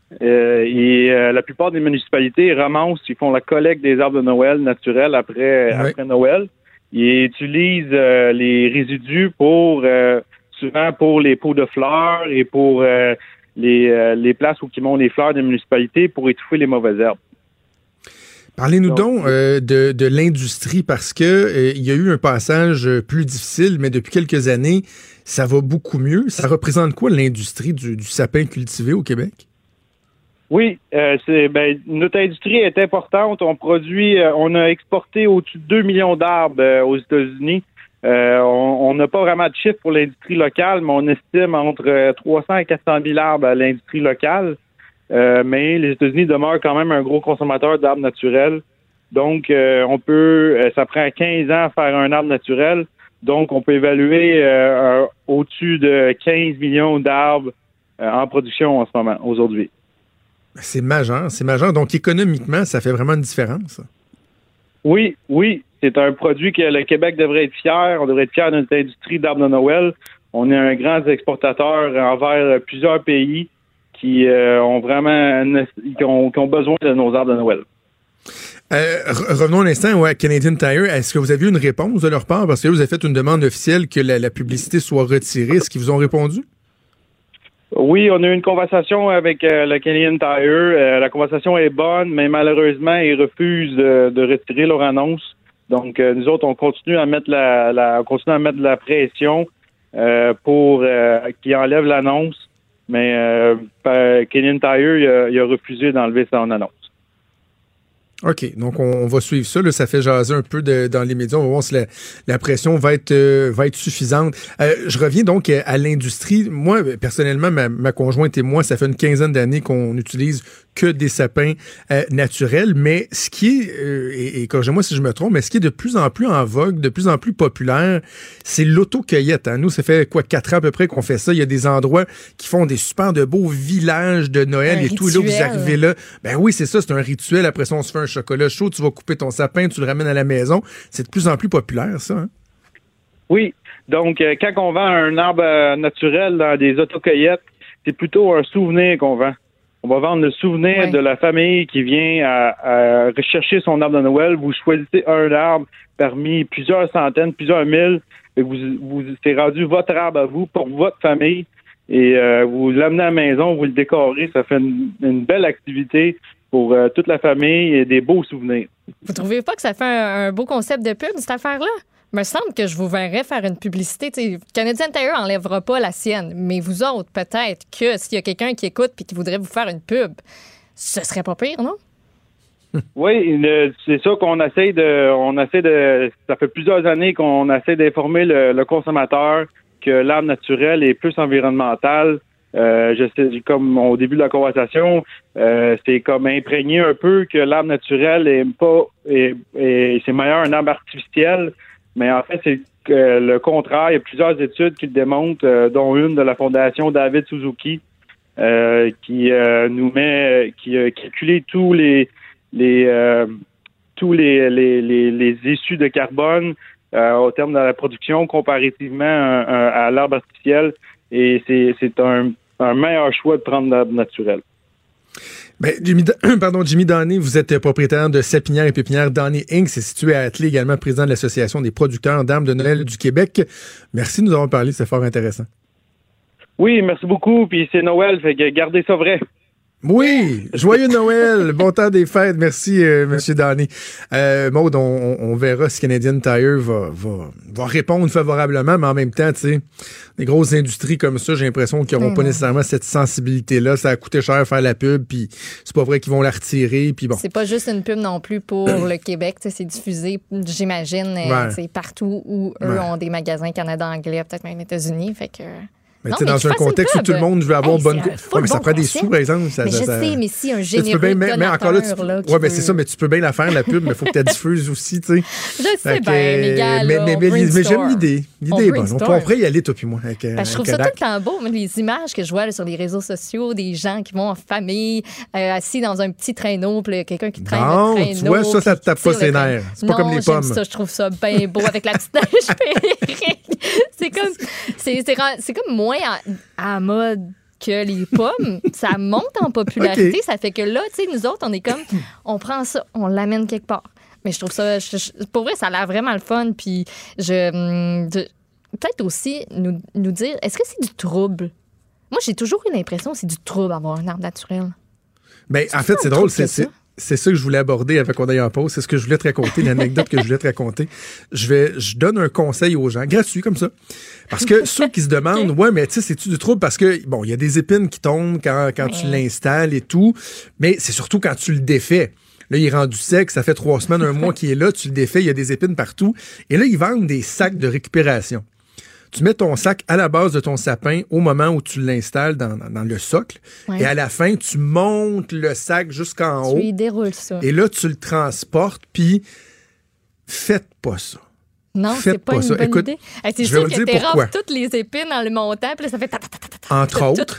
La plupart des municipalités ramassent, ils font la collecte des arbres de Noël naturels après Noël. Ils utilisent les résidus souvent pour les pots de fleurs et pour les places où ils montent les fleurs des municipalités pour étouffer les mauvaises herbes. Parlez-nous donc de l'industrie parce que il y a eu un passage plus difficile, mais depuis quelques années, ça va beaucoup mieux. Ça représente quoi l'industrie du sapin cultivé au Québec? Oui, notre industrie est importante. On a exporté au-dessus de 2 millions d'arbres aux États-Unis. On n'a pas vraiment de chiffre pour l'industrie locale, mais on estime entre 300 et 400 000 arbres à l'industrie locale. Mais les États-Unis demeurent quand même un gros consommateur d'arbres naturels. Donc, ça prend 15 ans à faire un arbre naturel. Donc, on peut évaluer au-dessus de 15 millions d'arbres en production en ce moment, aujourd'hui. C'est majeur. Donc, économiquement, ça fait vraiment une différence. Oui. C'est un produit que le Québec devrait être fier. On devrait être fier de notre industrie d'arbres de Noël. On est un grand exportateur envers plusieurs pays qui ont besoin de nos arbres de Noël. Revenons un instant à Canadian Tire. Est-ce que vous avez eu une réponse de leur part? Parce que vous avez fait une demande officielle que la publicité soit retirée. Est-ce qu'ils vous ont répondu? Oui, on a eu une conversation avec le Canadian Tire. La conversation est bonne, mais malheureusement, ils refusent de retirer leur annonce. Donc, nous autres, on continue à mettre de la pression pour qu'ils enlèvent l'annonce. Mais Canadian Tire, il a refusé d'enlever son annonce. OK, donc on va suivre ça. Là, ça fait jaser un peu dans les médias. On va voir si la pression va être suffisante. Je reviens donc à l'industrie. Moi, personnellement, ma conjointe et moi, ça fait une quinzaine d'années qu'on utilise que des sapins naturels. Mais ce qui est, et corrigez-moi si je me trompe, mais ce qui est de plus en plus en vogue, de plus en plus populaire, c'est l'autocueillette. Nous, ça fait 4 ans à peu près qu'on fait ça. Il y a des endroits qui font des super de beaux villages de Noël et tout. Et là, vous arrivez là. Ben oui, c'est ça, c'est un rituel. Après ça, on se fait un chocolat chaud, tu vas couper ton sapin, tu le ramènes à la maison. C'est de plus en plus populaire, ça. Hein? Oui. Donc, quand on vend un arbre naturel dans des autocueillettes, c'est plutôt un souvenir qu'on vend. On va vendre le souvenir de la famille qui vient à rechercher son arbre de Noël. Vous choisissez un arbre parmi plusieurs centaines, plusieurs mille. Et c'est rendu votre arbre à vous pour votre famille. Et vous l'amenez à la maison, vous le décorez. Ça fait une belle activité pour toute la famille et des beaux souvenirs. Vous trouvez pas que ça fait un beau concept de pub, cette affaire-là? me semble que je vous verrais faire une publicité. T'sais, Canadian Tire n'enlèvera pas la sienne, mais vous autres, peut-être que s'il y a quelqu'un qui écoute et qui voudrait vous faire une pub, ce serait pas pire, non? Oui, c'est ça qu'on essaie de. Ça fait plusieurs années qu'on essaie d'informer le consommateur que l'arbre naturel est plus environnemental. Je sais, comme au début de la conversation, c'est comme imprégné un peu que l'arbre naturel c'est meilleur un arbre artificiel, mais en fait c'est le contraire. Il y a plusieurs études qui le démontrent, dont une de la Fondation David Suzuki, qui a calculé tous les issues de carbone au terme de la production comparativement à l'arbre artificiel, et c'est un meilleur choix de prendre l'arbre naturel. Ben, Jimmy Donné, vous êtes propriétaire de Sapinière et Pépinière Donné Inc. C'est situé à Attelé, également président de l'Association des producteurs d'arbres de Noël du Québec. Merci de nous avoir parlé, c'est fort intéressant. Oui, merci beaucoup, puis c'est Noël, fait que gardez ça vrai. Oui, joyeux Noël, bon temps des fêtes, merci Monsieur Donné. Maude, on verra si Canadian Tire va répondre favorablement, mais en même temps, tu sais, des grosses industries comme ça, j'ai l'impression qu'ils n'auront pas nécessairement cette sensibilité-là. Ça a coûté cher faire la pub, puis c'est pas vrai qu'ils vont la retirer, puis bon. C'est pas juste une pub non plus pour le Québec, c'est diffusé, j'imagine, partout où eux ont des magasins Canada anglais, peut-être même États-unis, fait que... Mais tu sais, dans un contexte où tout le monde veut avoir bonne... Oui, mais ça prend des sous, par exemple. Mais je sais, mais si un généreux donateur... Mais encore là, oui, mais c'est ça, mais tu peux bien la faire, la pub, mais il faut que tu la diffuses aussi, tu sais. Je sais bien, les gars, mais j'aime l'idée. L'idée est bonne. On pourrait y aller, toi puis moi. Je trouve ça tout le temps beau, les images que je vois sur les réseaux sociaux, des gens qui vont en famille, assis dans un petit traîneau, puis quelqu'un qui traîne le traîneau. Tu vois, ça te tape pas ses nerfs. C'est pas comme les pommes. Ça, je trouve ça bien beau, avec la petite neige féerique. C'est comme moins à mode que les pommes. Ça monte en popularité. Okay. Ça fait que là, tu sais, nous autres, on est comme, on prend ça, on l'amène quelque part. Mais je trouve ça, pour vrai, ça a l'air vraiment le fun. Puis peut-être aussi nous dire, est-ce que c'est du trouble? Moi, j'ai toujours eu l'impression que c'est du trouble avoir un arbre naturel. Ben, en fait, c'est drôle, c'est ça que je voulais aborder avec qu'on aille en pause. C'est ce que je voulais te raconter, l'anecdote que je voulais te raconter. Je donne un conseil aux gens, gratuit comme ça. Parce que ceux qui se demandent, ouais, mais tu sais, c'est-tu du trouble? Parce que, bon, il y a des épines qui tombent quand tu l'installes et tout, mais c'est surtout quand tu le défais. Là, il est rendu sec, ça fait 3 semaines, 1 mois qu'il est là, tu le défais, il y a des épines partout. Et là, ils vendent des sacs de récupération. Tu mets ton sac à la base de ton sapin au moment où tu l'installes dans le socle. Ouais. Et à la fin, tu montes le sac jusqu'en haut. Tu y déroules ça. Et là, tu le transportes, puis faites pas ça. Non, c'est pas une bonne idée. C'est sûr que tu remplis toutes les épines en le montant, puis là, ça fait... Entre autres,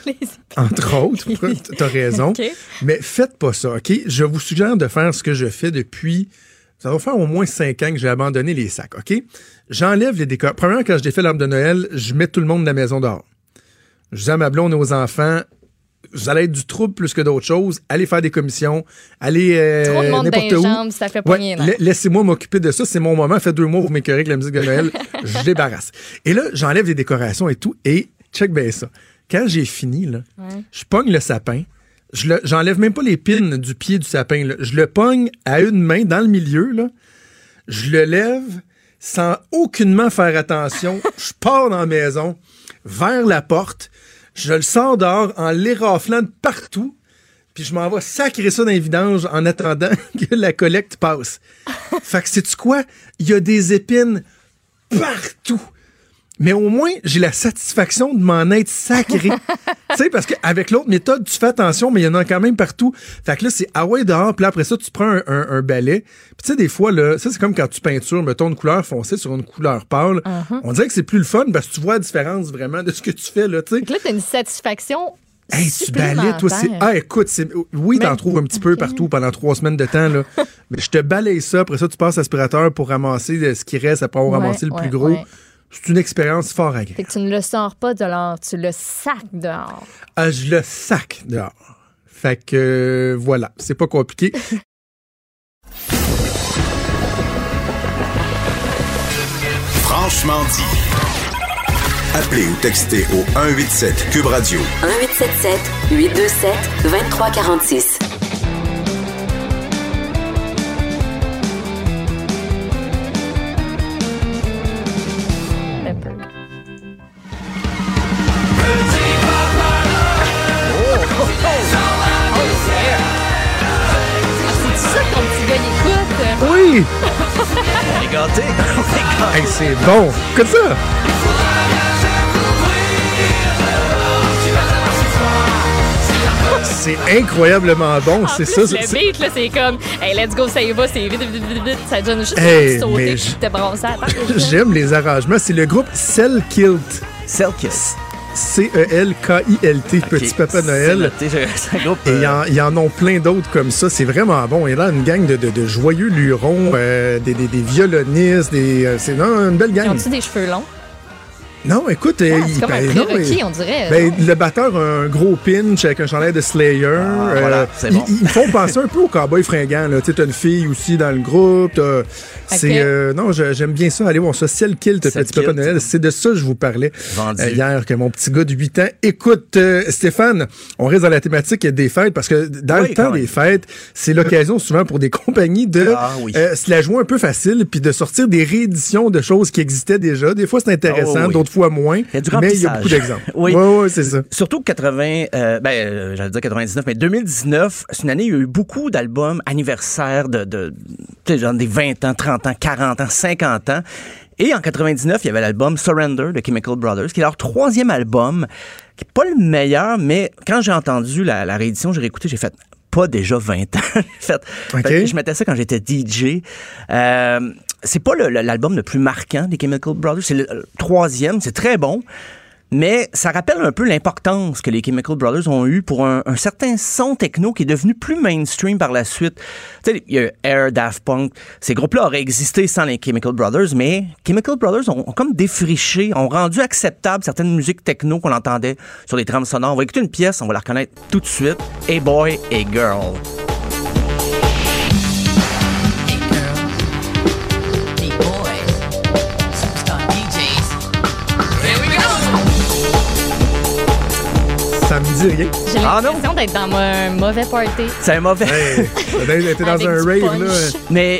t'as raison. Okay. Mais faites pas ça, OK? Je vous suggère de faire ce que je fais depuis... Ça va faire au moins 5 ans que j'ai abandonné les sacs, OK? J'enlève les décors. Premièrement, quand je défais l'arbre de Noël, je mets tout le monde de la maison dehors. Je dis à ma blonde et aux enfants, vous allez être du trouble plus que d'autres choses. Allez faire des commissions. Allez trop de monde n'importe dans les où. jambes, ça fait pas rien. Laissez-moi m'occuper de ça. C'est mon moment. Fait 2 mois, vous m'écœurez avec la musique de Noël. Je débarrasse. Et là, j'enlève les décorations et tout. Et check bien ça. Quand j'ai fini, là, je pogne le sapin. J'enlève même pas les pins du pied du sapin. Là. Je le pogne à une main dans le milieu. Là. Je le lève sans aucunement faire attention. Je pars dans la maison, vers la porte. Je le sors dehors en l'éraflant de partout. Puis je m'en vais sacrer ça dans les vidanges en attendant que la collecte passe. Fait que sais-tu quoi? Il y a des épines partout. Mais au moins, j'ai la satisfaction de m'en être sacré. Tu sais, parce qu'avec l'autre méthode, tu fais attention, mais il y en a quand même partout. Fait que là, c'est ah ouais dehors, puis là, après ça, tu prends un balai. Puis tu sais, des fois, là, ça, c'est comme quand tu peintures, mettons, une couleur foncée sur une couleur pâle. On dirait que c'est plus le fun parce que tu vois la différence vraiment de ce que tu fais, là, tu sais. Donc là, t'as une satisfaction. Hey, tu balais, toi, c'est... Ah, écoute, oui, t'en trouves un petit peu partout pendant 3 semaines de temps, là. Mais je te balaye ça, après ça, tu passes l'aspirateur pour ramasser ce qui reste après avoir ramassé le plus gros. Ouais. C'est une expérience fort agréable. Fait que tu ne le sors pas dehors, tu le sacs dehors. Je le sac dehors. Fait que voilà, c'est pas compliqué. Franchement dit. Appelez ou textez au 187 Cube Radio. 1877 827 2346. Oui! On est gâtés. Hey, c'est bon. Écoute ça. C'est incroyablement bon, c'est ça. Le beat, là, c'est comme, hey, let's go, ça y va, c'est vite, ça donne juste hey, un petit sauté, puis t'es bronzé à terre. J'aime les arrangements. C'est le groupe Cell-Kilt. Cell-Kilt. C-E-L-K-I-L-T, okay. Petit Papa Noël. C'est un groupe, Et il y en ont plein d'autres comme ça. C'est vraiment bon. Il y a là une gang de joyeux lurons, des violonistes, c'est une belle gang. Ils ont-tu des cheveux longs? Non, écoute, c'est comme un prérequis, on dirait. Le batteur a un gros pinch avec un chandail de Slayer. Voilà, c'est bon. Ils font penser un peu aux cowboys fringants. Tu sais, t'as une fille aussi dans le groupe. Non, j'aime bien ça. Allez voir ça. Cell-Kilt, Petit Papa Noël. C'est de ça que je vous parlais hier, que mon petit gars de 8 ans. Écoute, Stéphane, on reste dans la thématique des fêtes parce que dans le temps des fêtes, c'est l'occasion souvent pour des compagnies de se la jouer un peu facile puis de sortir des rééditions de choses qui existaient déjà. Des fois, c'est intéressant, d'autres fois moins, mais il y a beaucoup d'exemples. Oui, c'est ça. Surtout 80, j'allais dire 99, mais 2019, c'est une année où il y a eu beaucoup d'albums anniversaires genre des 20 ans, 30 ans, 40 ans, 50 ans. Et en 99, il y avait l'album Surrender de Chemical Brothers, qui est leur 3e album, qui n'est pas le meilleur, mais quand j'ai entendu la réédition, j'ai réécouté, j'ai fait pas déjà 20 ans. Je mettais ça quand j'étais DJ. C'est pas l'album le plus marquant des Chemical Brothers, c'est le 3e, c'est très bon, mais ça rappelle un peu l'importance que les Chemical Brothers ont eu pour un certain son techno qui est devenu plus mainstream par la suite. Tu sais, il y a Air, Daft Punk, ces groupes-là auraient existé sans les Chemical Brothers, mais Chemical Brothers ont comme défriché, ont rendu acceptable certaines musiques techno qu'on entendait sur les trames sonores. On va écouter une pièce, on va la reconnaître tout de suite. Hey Boy, Hey Girl. Ça me dit rien. J'ai l'impression d'être dans un mauvais party. C'est un mauvais. T'es dans un rave, là. Mais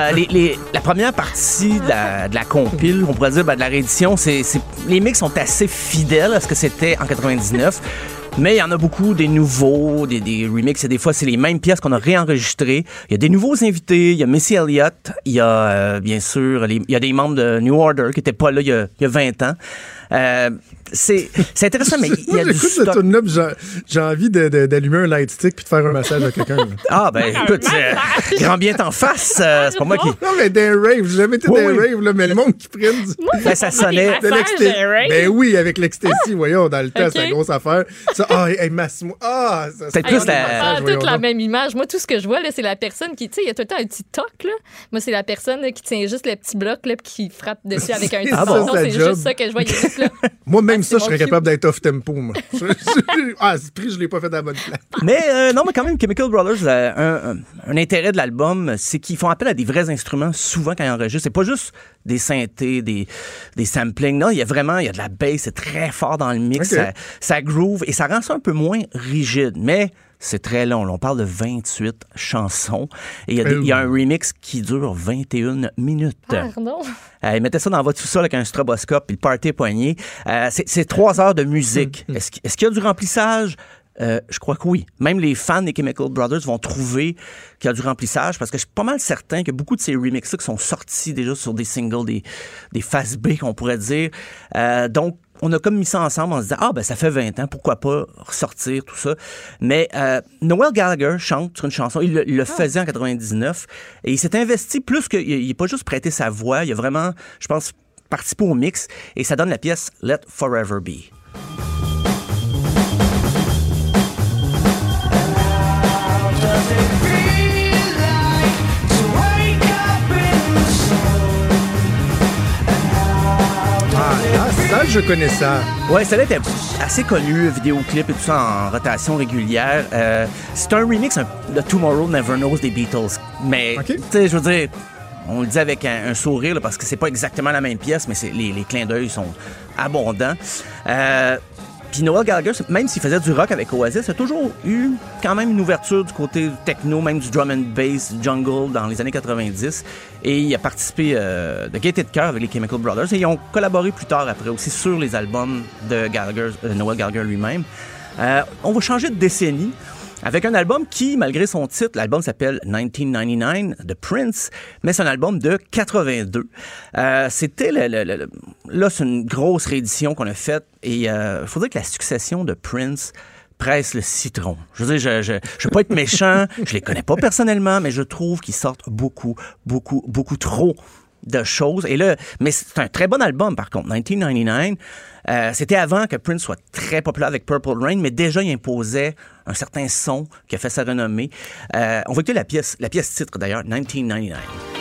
la première partie de la compile, on pourrait dire, de la réédition, les mix sont assez fidèles à ce que c'était en 99. Mais il y en a beaucoup des nouveaux, des remixes. Et des fois, c'est les mêmes pièces qu'on a réenregistrées. Il y a des nouveaux invités. Il y a Missy Elliott. Il y a, bien sûr, il y a des membres de New Order qui n'étaient pas là il y a 20 ans. C'est intéressant, mais il y a du stock. Cette tune-là, j'ai envie d'allumer un light stick puis de faire un massage à quelqu'un. Ah, ben, écoute, grand bien t'en face. C'est pas moi qui... Non, mais des raves, j'ai jamais été des raves, là, mais le monde qui prenne du... Ben, ça sonnait... de l'ecstasy. Ben oui, avec l'ecstasy, voyons, dans le temps, c'est la grosse affaire. Ça, masse-moi. C'est plus toute la même image. Moi, tout ce que je vois, là, c'est la personne qui, tu sais, il y a tout le temps un petit toc, là. Moi, c'est la personne là, qui tient juste le petit bloc, là, qui frappe dessus avec un petit bâton. C'est juste ça que je vois. Moi, même ça, je serais capable d'être off-tempo, moi. Ce prix, je l'ai pas fait à la bonne place. Mais non, mais quand même, Chemical Brothers, un intérêt de l'album, c'est qu'ils font appel à des vrais instruments souvent quand ils enregistrent. C'est pas juste des synthés, des samplings. Non, il y a de la bass, c'est très fort dans le mix. Okay. Ça groove et ça rend ça un peu moins rigide. Mais c'est très long. On parle de 28 chansons. Et il y a un remix qui dure 21 minutes. Pardon? Mettez ça dans votre sous-sol avec un stroboscope et le party est poigné. C'est 3 heures de musique. Est-ce qu'il y a du remplissage? Je crois que oui. Même les fans des Chemical Brothers vont trouver qu'il y a du remplissage parce que je suis pas mal certain que beaucoup de ces remixes-là qui sont sortis déjà sur des singles, des faces B qu'on pourrait dire. Donc, on a comme mis ça ensemble en se disant, ça fait 20 ans, pourquoi pas ressortir tout ça. Mais Noel Gallagher chante sur une chanson, il le faisait en 99 et il s'est investi plus qu'il n'est pas juste prêté sa voix, il a vraiment, je pense, participé au mix et ça donne la pièce Let Forever Be. Ça, je connais ça. Ouais, ça était assez connu, vidéoclip et tout ça en rotation régulière. C'est un remix de Tomorrow Never Knows des Beatles. Mais, tu sais, je veux dire, on le dit avec un sourire là, parce que c'est pas exactement la même pièce, mais les clins d'œil sont abondants. Puis Noel Gallagher, même s'il faisait du rock avec Oasis, a toujours eu quand même une ouverture du côté techno, même du drum and bass, du jungle dans les années 90. Et il a participé de Gaieté de cœur avec les Chemical Brothers. Et ils ont collaboré plus tard après aussi sur les albums de Noel Gallagher lui-même. On va changer de décennie. avec un album qui, malgré son titre, l'album s'appelle 1999 de Prince, mais c'est un album de 82. C'était là, c'est une grosse réédition qu'on a faite et il faut dire que la succession de Prince presse le citron. Je veux dire, je veux pas être méchant, je les connais pas personnellement, mais je trouve qu'ils sortent beaucoup trop de choses. Et là, mais c'est un très bon album, par contre. 1999, c'était avant que Prince soit très populaire avec Purple Rain, mais déjà, il imposait un certain son qui a fait sa renommée. On va écouter la pièce titre, d'ailleurs, 1999.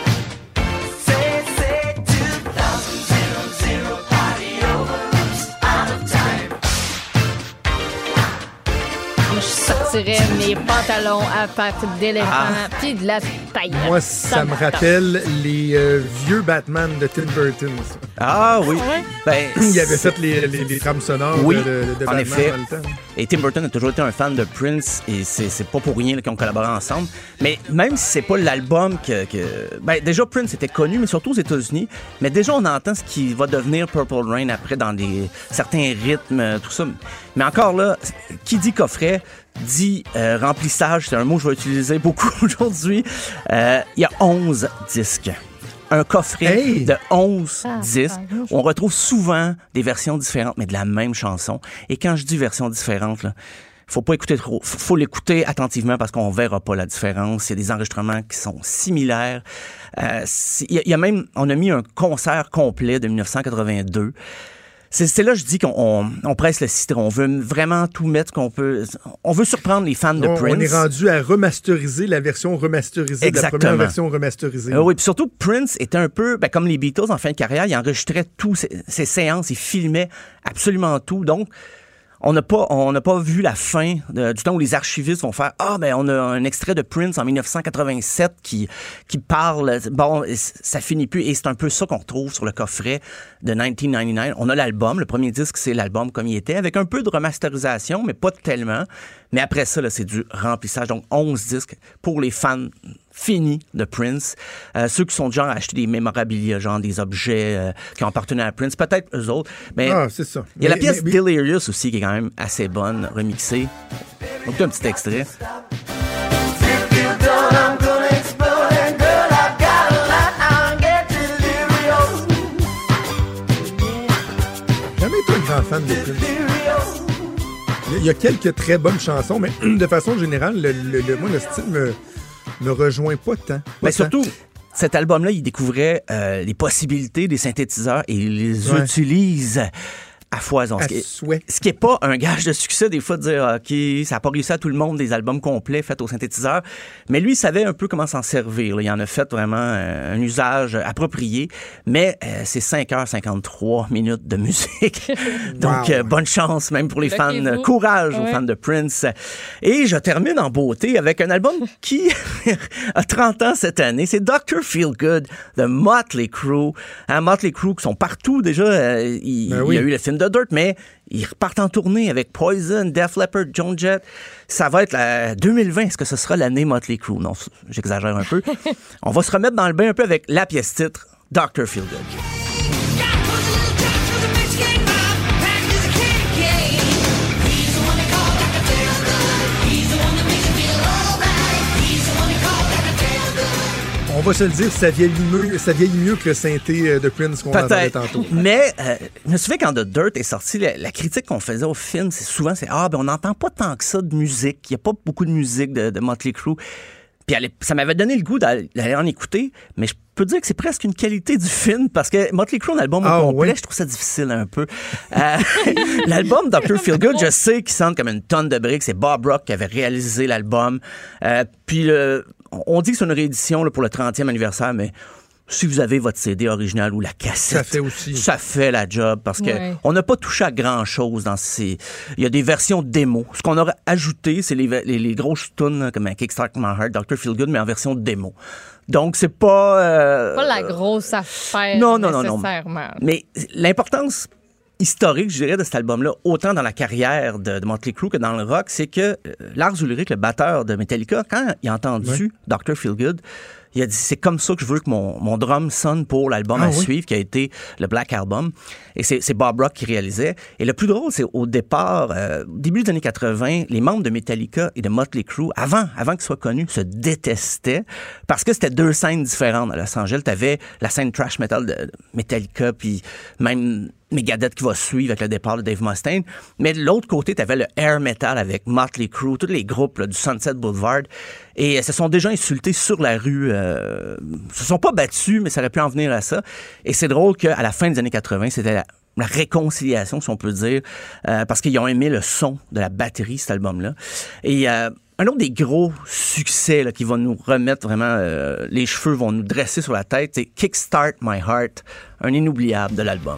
Mes pantalons à pattes d'éléphant puis de la paille. Moi, ça me rappelle les vieux Batman de Tim Burton. Ah oui. Ben, il avait fait les trames sonores de Batman en effet. dans le temps. Et Tim Burton a toujours été un fan de Prince et c'est pas pour rien qu'ils ont collaboré ensemble. Mais même si c'est pas l'album ben, déjà Prince était connu, mais surtout aux États-Unis. Mais déjà on entend ce qui va devenir Purple Rain après dans certains rythmes, tout ça. Mais encore là, qui dit coffret dit remplissage, c'est un mot que je vais utiliser beaucoup aujourd'hui. Il y a 11 disques. Un coffret de 11 disques. On retrouve souvent des versions différentes, mais de la même chanson. Et quand je dis versions différentes, là, faut pas écouter trop. Faut l'écouter attentivement parce qu'on verra pas la différence. Il y a des enregistrements qui sont similaires. On a mis un concert complet de 1982. C'est là que je dis qu'on presse le citron. On veut vraiment tout mettre qu'on peut. On veut surprendre les fans de Prince. On est rendu à remasteriser la version remasterisée. Exactement. De la première version remasterisée. Oui, puis surtout, Prince était un peu comme les Beatles en fin de carrière. Il enregistrait toutes ses séances, il filmait absolument tout. Donc, on n'a pas vu la fin du temps où les archivistes vont faire on a un extrait de Prince en 1987 qui parle. Bon, ça finit plus et c'est un peu ça qu'on retrouve sur le coffret de 1999. On a l'album, le premier disque c'est l'album comme il était avec un peu de remasterisation mais pas tellement. Mais après ça là, c'est du remplissage. Donc 11 disques pour les fans finis de Prince. Ceux qui sont du genre à acheter des mémorabilia, genre des objets qui ont appartenu à Prince, peut-être eux autres. Mais c'est ça. Il y a la pièce Delirious aussi qui est quand même assez bonne, remixée. Donc un petit extrait. Jamais été un grand fan de Prince. Il y a quelques très bonnes chansons, mais de façon générale, moi, le style me rejoint pas tant. Mais surtout, cet album-là, il découvrait les possibilités des synthétiseurs et il les utilise à foison. Ce qui n'est pas un gage de succès, des fois, de dire OK, ça n'a pas réussi à tout le monde, des albums complets faits au synthétiseur. Mais lui, il savait un peu comment s'en servir. Là. Il en a fait vraiment un usage approprié. Mais c'est 5h53 de musique. Donc, bonne chance, même pour les fans. Courage aux fans de Prince. Et je termine en beauté avec un album qui a 30 ans cette année. C'est Dr. Feelgood de Motley Crue. Motley Crue qui sont partout déjà. Il y a eu le film de Dirt, mais ils repartent en tournée avec Poison, Def Leppard, Joan Jett. Ça va être 2020. Est-ce que ce sera l'année Motley Crue? Non, j'exagère un peu. On va se remettre dans le bain un peu avec la pièce titre, Dr. Feelgood. On va se le dire, ça vieillit mieux que le synthé de Prince qu'on entendait tantôt. Mais je me souviens quand The Dirt est sorti, la critique qu'on faisait au film, c'est souvent, on n'entend pas tant que ça de musique. Il n'y a pas beaucoup de musique de Motley Crue. Puis ça m'avait donné le goût d'aller en écouter, mais je peux dire que c'est presque une qualité du film parce que Motley Crue, un album au complet, je trouve ça difficile un peu. L'album Dr. Feelgood, je sais qu'il sonne comme une tonne de briques. C'est Bob Rock qui avait réalisé l'album. Puis on dit que c'est une réédition là, pour le 30e anniversaire, mais si vous avez votre CD original ou la cassette, ça fait la job parce que on n'a pas touché à grand-chose dans ces... Il y a des versions démo. Ce qu'on aurait ajouté, c'est les grosses tunes comme un Kickstart My Heart, Dr. Feelgood, mais en version démo. Donc, c'est pas... pas la grosse affaire nécessairement. Mais l'importance historique, je dirais, de cet album-là, autant dans la carrière de Motley Crue que dans le rock, c'est que Lars Ulrich, le batteur de Metallica, quand il a entendu Dr. Feelgood, Il a dit, c'est comme ça que je veux que mon drum sonne pour l'album à suivre, qui a été le Black Album. Et c'est Bob Rock qui réalisait. Et le plus drôle, c'est au départ, début des années 80, les membres de Metallica et de Motley Crue, avant qu'ils soient connus, se détestaient parce que c'était deux scènes différentes. À Los Angeles, t'avais la scène thrash metal de Metallica, puis même Megadeth qui va suivre avec le départ de Dave Mustaine. Mais de l'autre côté, t'avais le air metal avec Motley Crue, tous les groupes là, du Sunset Boulevard. Et se sont déjà insultés sur la rue. Se sont pas battus, mais ça aurait pu en venir à ça. Et c'est drôle qu'à la fin des années 80, c'était la réconciliation, si on peut dire, parce qu'ils ont aimé le son de la batterie, cet album-là. Et un autre des gros succès là, qui va nous remettre vraiment les cheveux, vont nous dresser sur la tête, c'est Kickstart My Heart, un inoubliable de l'album.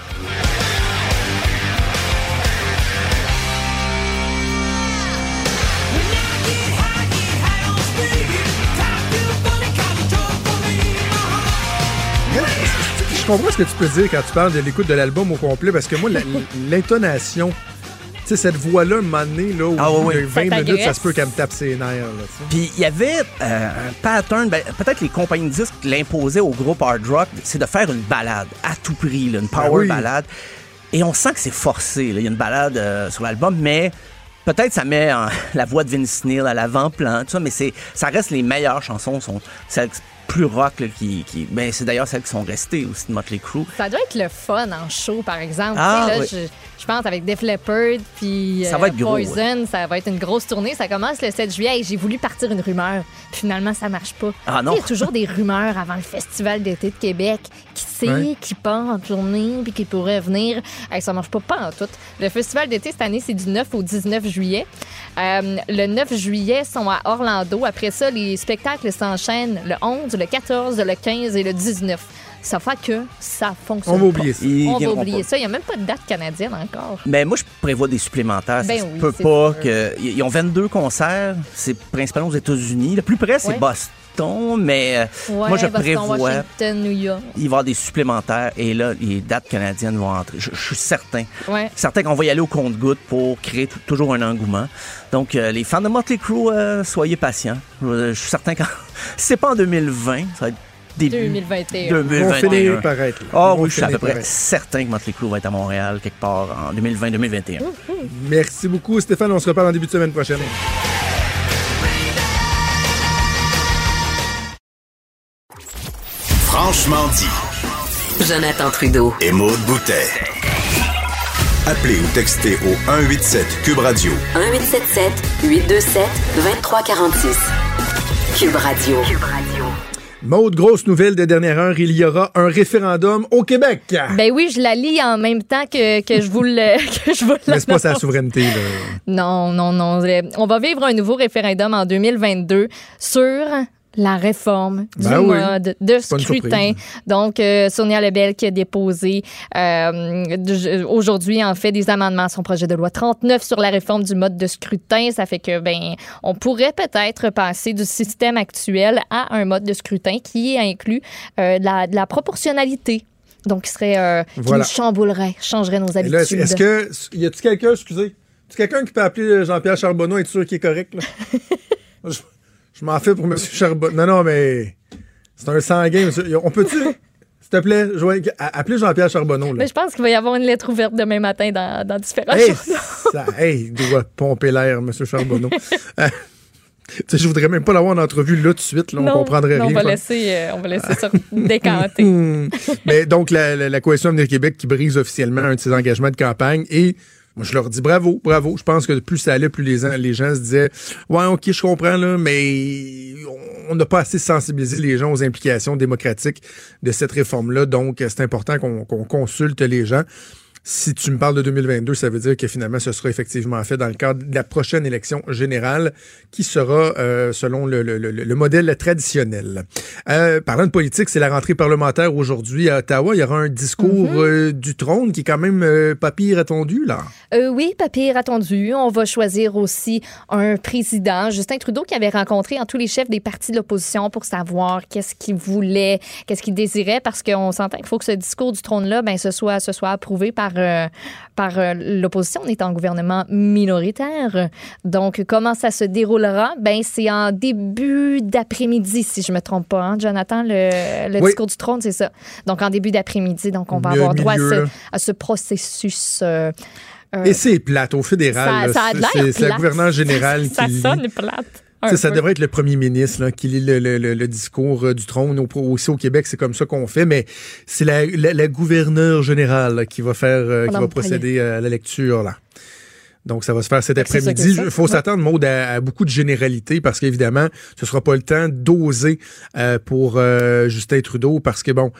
Je comprends ce que tu peux dire quand tu parles de l'écoute de l'album au complet, parce que moi, l'intonation, tu sais, cette voix-là, un moment donné, là, au bout de 20 minutes, ça se peut qu'elle me tape ses nerfs. Puis il y avait un pattern, peut-être les compagnies de disques l'imposaient au groupe hard rock, c'est de faire une balade à tout prix, là, une power ballade. Et on sent que c'est forcé. Là. Il y a une balade sur l'album, mais peut-être ça met la voix de Vince Neil à l'avant-plan, tout ça, mais ça reste les meilleures chansons, sont celles plus rock là, ben c'est d'ailleurs celles qui sont restées aussi de Motley Crue. Ça doit être le fun en show, par exemple. Ah, là, oui. Je pense avec Def Leppard puis ça va être gros, Poison, ça va être une grosse tournée. Ça commence le 7 juillet et j'ai voulu partir une rumeur. Puis finalement, ça marche pas. Ah non. Il y a toujours des rumeurs avant le Festival d'été de Québec. Qui sait, qui part en tournée puis qui pourrait venir. Hey, ça marche pas en tout. Le Festival d'été cette année, c'est du 9 au 19 juillet. Le 9 juillet, sont à Orlando. Après ça, les spectacles s'enchaînent le 11, le 14, le 15 et le 19. Ça fait que ça fonctionne. On va oublier ça. On va oublier ça. Il n'y a même pas de date canadienne encore. Mais moi, je prévois des supplémentaires. Ben ça oui, se peut pas que. Ils ont 22 concerts. C'est principalement aux États-Unis. Le plus près, c'est Boston, mais moi, je prévois. Washington, New York. Il va y avoir des supplémentaires et là, les dates canadiennes vont entrer. Je suis certain. Ouais. Certain qu'on va y aller au compte-gouttes pour créer toujours un engouement. Donc, les fans de Motley Crue, soyez patients. Je suis certain que si c'est pas en 2020, ça va être début 2021. 2021. On finit par être là. Ah oui, je suis à peu près certain que Motley Crue va être à Montréal quelque part en 2020-2021. Merci beaucoup, Stéphane. On se reparle en début de semaine prochaine. Franchement dit. Jonathan Trudeau. Et Maude Boutet. Appelez ou textez au 187 Cube Radio. 1877 827 2346. Cube Radio. Maude, grosse nouvelle de dernière heure, il y aura un référendum au Québec. Ben oui, je la lis en même temps que je vous le Mais c'est pas sa souveraineté, là. Non. On va vivre un nouveau référendum en 2022 sur la réforme du mode de scrutin. Donc, Sonia Lebel qui a déposé aujourd'hui, en fait, des amendements à son projet de loi 39 sur la réforme du mode de scrutin. Ça fait que, on pourrait peut-être passer du système actuel à un mode de scrutin qui inclut de la proportionnalité. Donc, qui serait, qui nous chamboulerait, changerait nos habitudes. Et là, est-ce que, y a-t-il quelqu'un, quelqu'un qui peut appeler Jean-Pierre Charbonneau et être sûr qu'il est correct, là? Je m'en fais pour M. Charbonneau. Non, mais c'est un sanguin, monsieur. On peut-tu, s'il te plaît, appeler Jean-Pierre Charbonneau, là? Mais je pense qu'il va y avoir une lettre ouverte demain matin dans différents journaux. Il doit pomper l'air, M. Charbonneau. Je voudrais même pas l'avoir en entrevue là tout de suite. Là, on comprendrait rien. On va laisser ça décanter. Mais donc, la Coalition Avenir Québec qui brise officiellement un de ses engagements de campagne et moi, je leur dis bravo. Je pense que plus ça allait, plus les gens se disaient « Ouais, OK, je comprends, là, mais on n'a pas assez sensibilisé les gens aux implications démocratiques de cette réforme-là. Donc, c'est important qu'on consulte les gens. » Si tu me parles de 2022, ça veut dire que finalement, ce sera effectivement fait dans le cadre de la prochaine élection générale qui sera selon le modèle traditionnel. Parlant de politique, c'est la rentrée parlementaire aujourd'hui à Ottawa. Il y aura un discours du trône qui est quand même pas pire attendu, là. Oui, pas pire attendu. On va choisir aussi un président, Justin Trudeau, qui avait rencontré tous les chefs des partis de l'opposition pour savoir qu'est-ce qu'ils voulaient, qu'est-ce qu'ils désiraient, parce qu'on s'entend qu'il faut que ce discours du trône-là, ce soit approuvé par l'opposition. On est en gouvernement minoritaire. Donc, comment ça se déroulera? Ben, c'est en début d'après-midi, si je me trompe pas, hein, Jonathan, le discours du trône, c'est ça. Donc, en début d'après-midi, donc on va avoir droit à ce processus. Et c'est plate au fédéral. Ça a de l'air plate. C'est la gouverneure générale ça qui sonne plate. Ça devrait être le premier ministre là, qui lit le discours du trône. Aussi au Québec, c'est comme ça qu'on fait, mais c'est la gouverneure générale là, qui va procéder à la lecture là. Donc, ça va se faire cet après-midi. Il faut s'attendre, Maud, à beaucoup de généralités parce qu'évidemment, ce sera pas le temps d'oser pour Justin Trudeau parce que, dans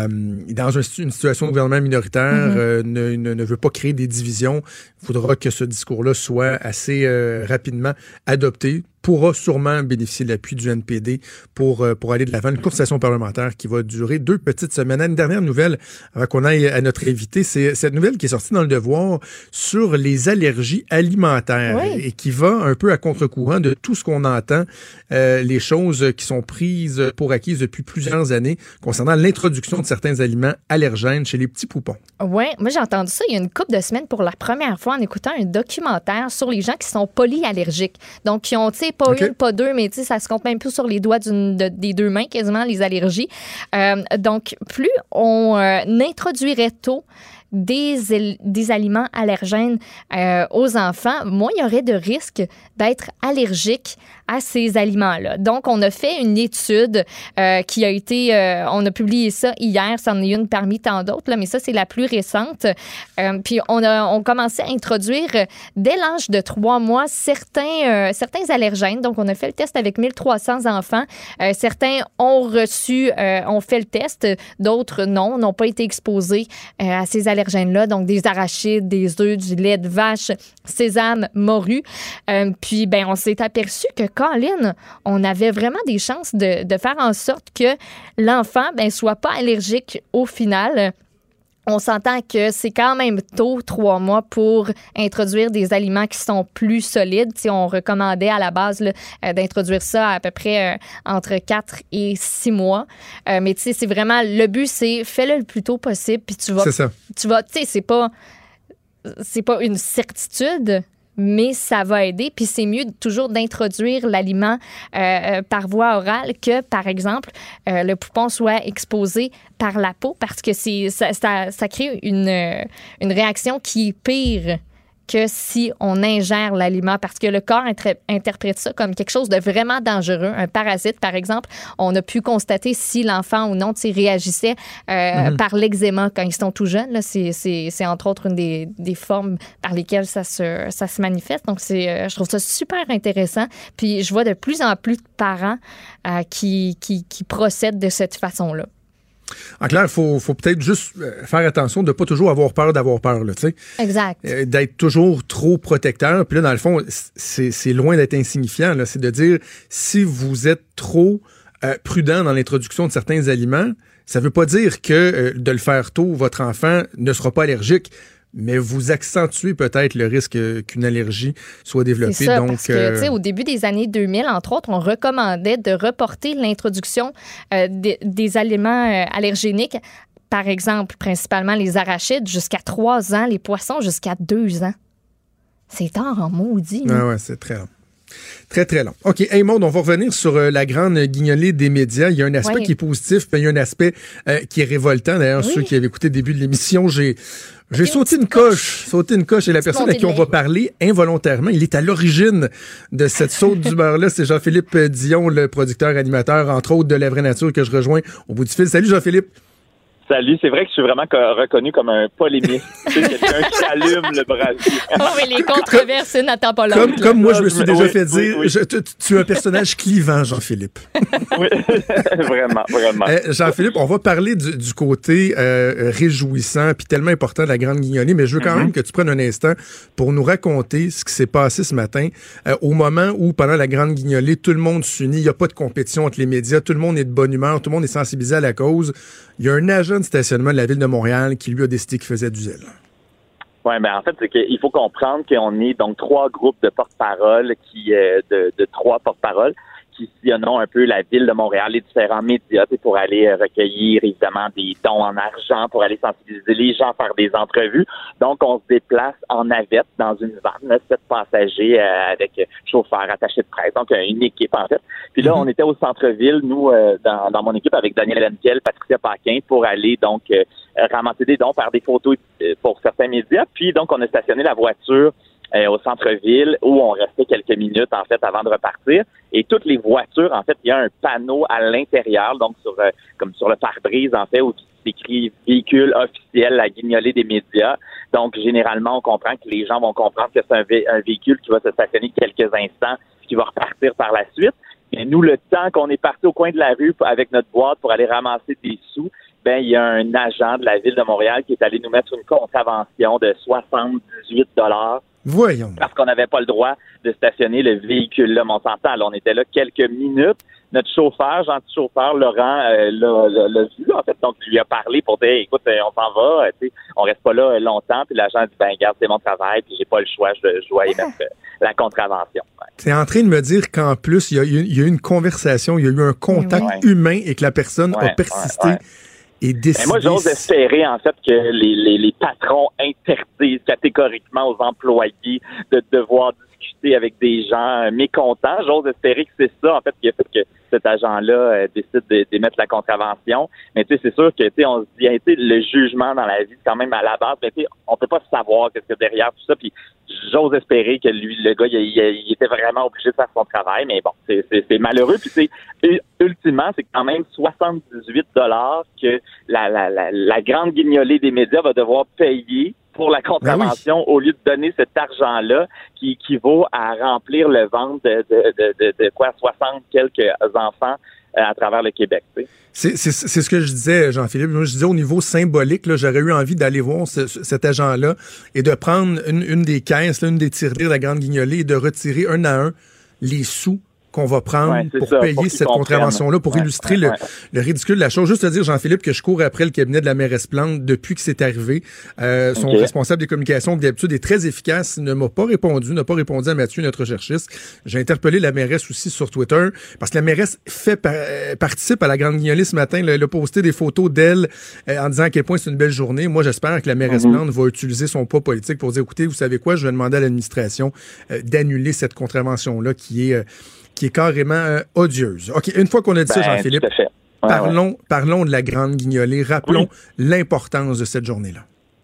une situation de gouvernement minoritaire, ne veut pas créer des divisions. Il faudra que ce discours-là soit assez rapidement adopté. Pourra sûrement bénéficier de l'appui du NPD pour aller de l'avant. Une consultation parlementaire qui va durer 2 petites semaines. Une dernière nouvelle, avant qu'on aille à notre invité, c'est cette nouvelle qui est sortie dans Le Devoir sur les allergies alimentaires et qui va un peu à contre-courant de tout ce qu'on entend, les choses qui sont prises pour acquises depuis plusieurs années concernant l'introduction de certains aliments allergènes chez les petits poupons. Oui, moi j'ai entendu ça il y a une couple de semaines pour la première fois en écoutant un documentaire sur les gens qui sont polyallergiques. Donc, qui ont, tu sais, pas une, pas deux, mais ça se compte même plus sur les doigts des 2 mains, quasiment, les allergies. Donc, plus on introduirait tôt des aliments allergènes aux enfants, moins il y aurait de risque d'être allergique à ces aliments-là. Donc, on a fait une étude qui a été... on a publié ça hier, ça en est une parmi tant d'autres, là, mais ça, c'est la plus récente. Puis, on commençait à introduire, dès l'âge de 3 mois, certains allergènes. Donc, on a fait le test avec 1300 enfants. Certains ont fait le test, d'autres non, n'ont pas été exposés à ces allergènes-là. Donc, des arachides, des œufs, du lait de vache, sésame, morue. Puis, on s'est aperçu que Colin, on avait vraiment des chances de faire en sorte que l'enfant soit pas allergique au final. On s'entend que c'est quand même tôt, 3 mois, pour introduire des aliments qui sont plus solides. Si on recommandait à la base d'introduire ça à peu près entre 4 et 6 mois. Mais tu sais, c'est vraiment, le but, c'est fais-le le plus tôt possible. Puis tu vas, c'est ça. Tu sais, c'est pas une certitude, mais ça va aider. Puis c'est mieux toujours d'introduire l'aliment par voie orale que, par exemple, le poupon soit exposé par la peau parce que ça crée une réaction qui est pire que si on ingère l'aliment parce que le corps interprète ça comme quelque chose de vraiment dangereux, un parasite par exemple. On a pu constater si l'enfant ou non réagissait par l'eczéma quand ils sont tout jeunes. Là, c'est entre autres une des formes par lesquelles ça se manifeste. Donc, je trouve ça super intéressant. Puis, je vois de plus en plus de parents qui procèdent de cette façon-là. En clair, il faut peut-être juste faire attention de ne pas toujours avoir peur d'avoir peur. Là, exact. D'être toujours trop protecteur. Puis là, dans le fond, c'est loin d'être insignifiant. Là. C'est de dire, si vous êtes trop prudent dans l'introduction de certains aliments, ça ne veut pas dire que de le faire tôt, votre enfant ne sera pas allergique. Mais vous accentuez peut-être le risque qu'une allergie soit développée. C'est ça, donc, parce que, au début des années 2000, entre autres, on recommandait de reporter l'introduction des aliments allergéniques, par exemple, principalement les arachides, jusqu'à 3 ans, les poissons jusqu'à 2 ans. C'est tard en maudit. Ah ouais, c'est très long. Très, très long. OK. Hey, Maud, on va revenir sur la grande guignolée des médias. Il y a un aspect qui est positif, puis il y a un aspect qui est révoltant. D'ailleurs, ceux qui avaient écouté le début de l'émission, j'ai sauté une coche. Et la personne à qui on va parler involontairement, il est à l'origine de cette saute d'humeur-là. C'est Jean-Philippe Dion, le producteur, animateur, entre autres, de La Vraie Nature, que je rejoins au bout du fil. Salut, Jean-Philippe. Salut, c'est vrai que je suis vraiment reconnu comme un polémiste. Tu sais, quelqu'un qui allume le brasier. Oh, mais les controverses n'attendent pas l'autre. Comme moi, je me suis déjà fait dire, tu es un personnage clivant, Jean-Philippe. Oui, vraiment. Jean-Philippe, on va parler du côté réjouissant puis tellement important de la grande guignolée, mais je veux quand même que tu prennes un instant pour nous raconter ce qui s'est passé ce matin au moment où, pendant la grande guignolée, tout le monde s'unit, il n'y a pas de compétition entre les médias, tout le monde est de bonne humeur, tout le monde est sensibilisé à la cause. Il y a un agent de stationnement de la Ville de Montréal qui lui a décidé qu'il faisait du zèle. Oui, mais en fait, c'est qu'il faut comprendre qu'on est donc 3 groupes de porte-parole de 3 porte-paroles réquisitionnons un peu la ville de Montréal, les différents médias, pour aller recueillir évidemment des dons en argent, pour aller sensibiliser les gens, faire des entrevues. Donc, on se déplace en navette dans une vanne, 7 passagers avec chauffeur, attaché de presse, donc une équipe en fait. Puis là, on était au centre-ville, nous, dans mon équipe, avec Daniel Henkel, Patricia Paquin, pour aller donc ramasser des dons, faire des photos pour certains médias. Puis donc, on a stationné la voiture au centre-ville où on restait quelques minutes, en fait, avant de repartir. Et toutes les voitures, en fait, il y a un panneau à l'intérieur, donc comme sur le pare-brise, en fait, où c'est écrit « Véhicule officiel à guignolée des médias ». Donc, généralement, on comprend que les gens vont comprendre que c'est un véhicule qui va se stationner quelques instants, qui va repartir par la suite. Et nous, le temps qu'on est parti au coin de la rue avec notre boîte pour aller ramasser des sous, il y a un agent de la Ville de Montréal qui est allé nous mettre une contravention de 78 $. Voyons. Parce qu'on n'avait pas le droit de stationner le véhicule là. Mais on s'entend, alors on était là quelques minutes. Notre chauffeur, gentil chauffeur, Laurent, l'a vu, en fait. Donc, il lui a parlé pour dire, écoute, on s'en va, on reste pas là longtemps. Puis l'agent dit, regarde, c'est mon travail, puis j'ai pas le choix, je dois émettre la contravention. Ouais. C'est en train de me dire qu'en plus, il y a eu une conversation, il y a eu un contact humain et que la personne a persisté. Et décider... moi, j'ose espérer, en fait, que les patrons interdisent catégoriquément aux employés de devoir discuter avec des gens mécontents. J'ose espérer que c'est ça, en fait, qui a fait que cet agent-là décide d'émettre la contravention. Mais tu sais, c'est sûr que on se dit, le jugement dans la vie, c'est quand même à la base. Mais on peut pas savoir qu'est-ce qu'il y a derrière tout ça. Puis j'ose espérer que lui, le gars, il était vraiment obligé de faire son travail. Mais bon, c'est malheureux. Puis ultimement, c'est quand même 78 $ que la grande guignolée des médias va devoir payer pour la contravention au lieu de donner cet argent-là qui équivaut à remplir le ventre de quoi 60 quelques enfants à travers le Québec. Tu sais. C'est ce que je disais, Jean-Philippe. Moi, je disais au niveau symbolique, là, j'aurais eu envie d'aller voir cet agent-là et de prendre une des caisses, une des tirelires de la grande guignolée et de retirer un à un les sous qu'on va prendre pour payer cette contravention-là, pour illustrer le ridicule de la chose. Juste te dire, Jean-Philippe, que je cours après le cabinet de la mairesse Plante depuis que c'est arrivé. Son responsable des communications, qui d'habitude est très efficace, n'a pas répondu à Mathieu, notre recherchiste. J'ai interpellé la mairesse aussi sur Twitter, parce que la mairesse participe à la grande guignolée ce matin. Elle a posté des photos d'elle en disant à quel point c'est une belle journée. Moi, j'espère que la mairesse Plante va utiliser son poids politique pour dire, écoutez, vous savez quoi, je vais demander à l'administration d'annuler cette contravention-là qui est carrément odieuse. OK, une fois qu'on a dit ça, Jean-Philippe, parlons de la grande guignolée. Rappelons l'importance de cette journée-là.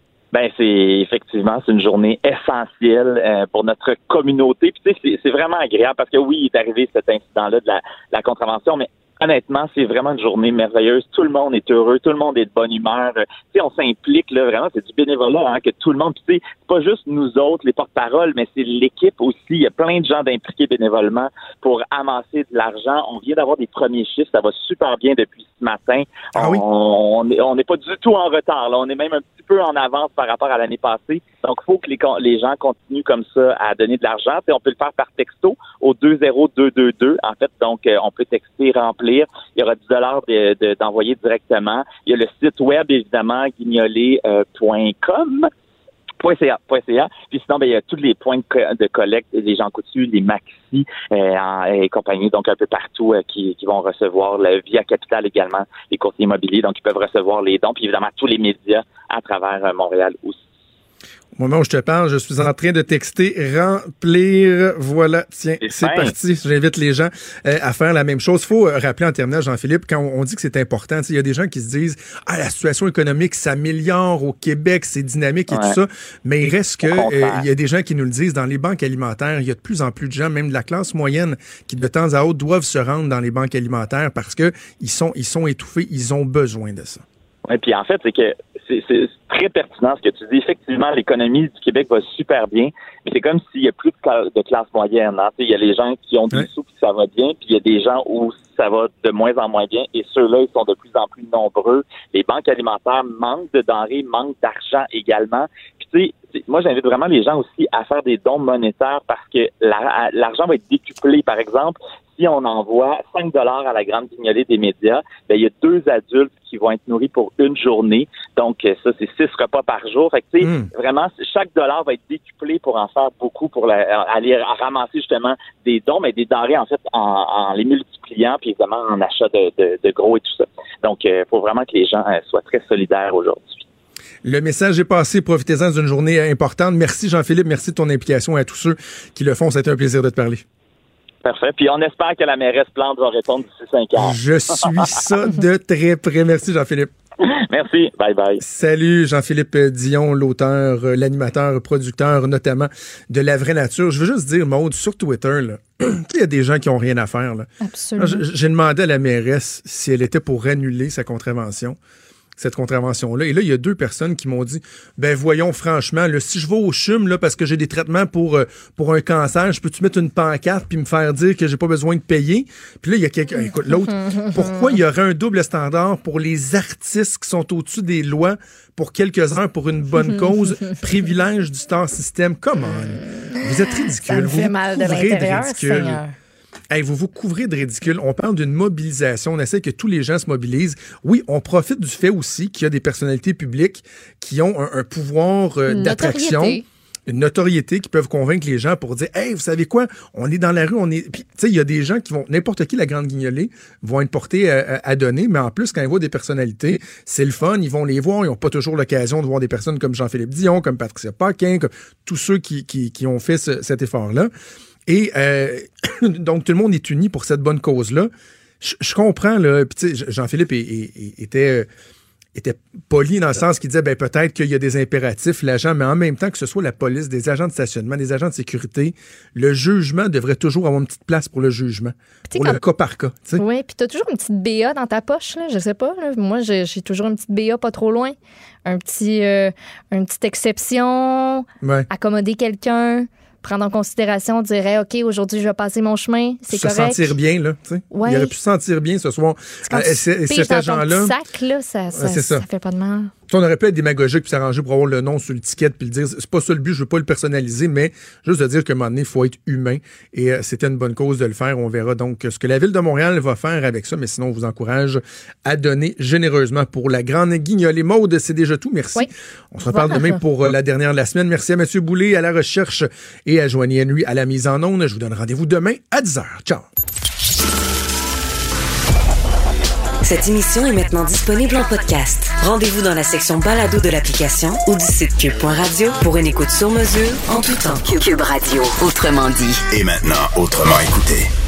C'est une journée essentielle pour notre communauté. Puis tu sais, c'est vraiment agréable parce que oui, il est arrivé cet incident-là de la contravention, mais honnêtement, c'est vraiment une journée merveilleuse. Tout le monde est heureux, tout le monde est de bonne humeur. Tu sais, on s'implique là, vraiment, c'est du bénévolat, que tout le monde. Puis tu sais, c'est pas juste nous autres, les porte-paroles, mais c'est l'équipe aussi. Il y a plein de gens d'impliqués bénévolement pour amasser de l'argent. On vient d'avoir des premiers chiffres, ça va super bien depuis ce matin. On n'est pas du tout en retard. Là, on est même un petit peu en avance par rapport à l'année passée. Donc, il faut que les gens continuent comme ça à donner de l'argent. T'sais, on peut le faire par texto au 20222. En fait, donc on peut texter, remplir. Il y aura 10 $ d'envoyer directement. Il y a le site web, évidemment, guignolé.com. .ca. Puis sinon, il y a tous les points de collecte, les Jean Coutu, les Maxi et compagnie, donc un peu partout qui vont recevoir via Capital également, les courtiers immobiliers, donc ils peuvent recevoir les dons, puis évidemment tous les médias à travers Montréal aussi. Au moment où je te parle, je suis en train de texter remplir. Voilà, tiens, c'est parti. J'invite les gens à faire la même chose. Il faut rappeler en terminant, Jean-Philippe, quand on dit que c'est important, il y a des gens qui se disent « Ah, la situation économique s'améliore au Québec, c'est dynamique et tout ça », mais il reste que il y a des gens qui nous le disent, dans les banques alimentaires, il y a de plus en plus de gens, même de la classe moyenne, qui de temps à autre doivent se rendre dans les banques alimentaires parce que ils sont étouffés, ils ont besoin de ça. Oui, puis en fait, c'est que c'est très pertinent ce que tu dis. Effectivement, l'économie du Québec va super bien, mais c'est comme s'il y a plus de classe moyenne. Hein. Il y a les gens qui ont des sous puis ça va bien, puis il y a des gens où ça va de moins en moins bien, et ceux-là, ils sont de plus en plus nombreux. Les banques alimentaires manquent de denrées, manquent d'argent également. Puis tu sais, moi, j'invite vraiment les gens aussi à faire des dons monétaires parce que l'argent va être décuplé. Par exemple, si on envoie 5 $ à la grande guignolée des médias, ben il y a 2 adultes qui vont être nourris pour une journée. Donc, ça, c'est 6 repas par jour. Fait que, tu sais, vraiment, chaque dollar va être décuplé pour en faire beaucoup, pour aller ramasser justement des dons, mais des denrées, en fait, en les multipliant, puis évidemment, en achat de gros et tout ça. Donc, il faut vraiment que les gens soient très solidaires aujourd'hui. Le message est passé. Profitez-en d'une journée importante. Merci, Jean-Philippe. Merci de ton implication et à tous ceux qui le font. Ça a été un plaisir de te parler. Parfait. Puis on espère que la mairesse Plante va répondre d'ici 5 ans. Je suis ça de très près. Merci, Jean-Philippe. Merci. Bye bye. Salut, Jean-Philippe Dion, l'auteur, l'animateur, producteur, notamment de La Vraie Nature. Je veux juste dire, Maude, sur Twitter, là, il y a des gens qui ont rien à faire. Là. Absolument. J'ai demandé à la mairesse si elle était pour annuler cette contravention-là. Et là, il y a 2 personnes qui m'ont dit, ben voyons, franchement, là, si je vais au CHUM, là, parce que j'ai des traitements pour un cancer, je peux-tu mettre une pancarte puis me faire dire que j'ai pas besoin de payer? Puis là, il y a quelqu'un, écoute, l'autre, pourquoi il y aurait un double standard pour les artistes qui sont au-dessus des lois pour quelques heures pour une bonne cause, privilège du star system? Come on! Vous êtes ridicule. Ça me fait mal de l'intérieur, Seigneur. Hey, vous vous couvrez de ridicule. On parle d'une mobilisation. On essaie que tous les gens se mobilisent. Oui, on profite du fait aussi qu'il y a des personnalités publiques qui ont un pouvoir d'attraction, une notoriété qui peuvent convaincre les gens pour dire « Hey, vous savez quoi? On est dans la rue, on est... » Puis, tu sais, il y a des gens qui vont... N'importe qui, la grande guignolée, vont être portés à donner, mais en plus, quand ils voient des personnalités, c'est le fun, ils vont les voir. Ils n'ont pas toujours l'occasion de voir des personnes comme Jean-Philippe Dion, comme Patricia Paquin, comme tous ceux qui ont fait cet effort-là. Et donc, tout le monde est uni pour cette bonne cause-là. Je comprends, là. Puis, tu sais, Jean-Philippe était poli dans le sens qu'il disait, ben peut-être qu'il y a des impératifs, l'agent, mais en même temps que ce soit la police, des agents de stationnement, des agents de sécurité, le jugement devrait toujours avoir une petite place pour le jugement, pour le cas par cas. T'sais. Oui, puis tu as toujours une petite BA dans ta poche, là, je sais pas. Là. Moi, j'ai toujours une petite BA pas trop loin. Une petite exception, accommoder quelqu'un. Prendre en considération, dire hey, OK, aujourd'hui, je vais passer mon chemin, c'est correct. Se sentir bien, là. Tu sais. Ouais. Il aurait pu se sentir bien ce soir. Cet agent-là. Sac, là, ça fait pas de mal. On aurait pu être démagogique puis s'arranger pour avoir le nom sur l'étiquette puis le dire. C'est pas ça le but, je veux pas le personnaliser, mais juste de dire qu'à un moment donné, il faut être humain. Et c'était une bonne cause de le faire. On verra donc ce que la Ville de Montréal va faire avec ça. Mais sinon, on vous encourage à donner généreusement pour la grande guignolée. Maude, c'est déjà tout. Merci. Oui. On se reparle demain pour la dernière de la semaine. Merci à Mathieu Boulay à la recherche et à Joanie Henry à la mise en onde. Je vous donne rendez-vous demain à 10h. Ciao. Cette émission est maintenant disponible en podcast. Rendez-vous dans la section balado de l'application ou du site cube.radio pour une écoute sur mesure en tout temps. Cube Radio, autrement dit. Et maintenant, autrement écouté.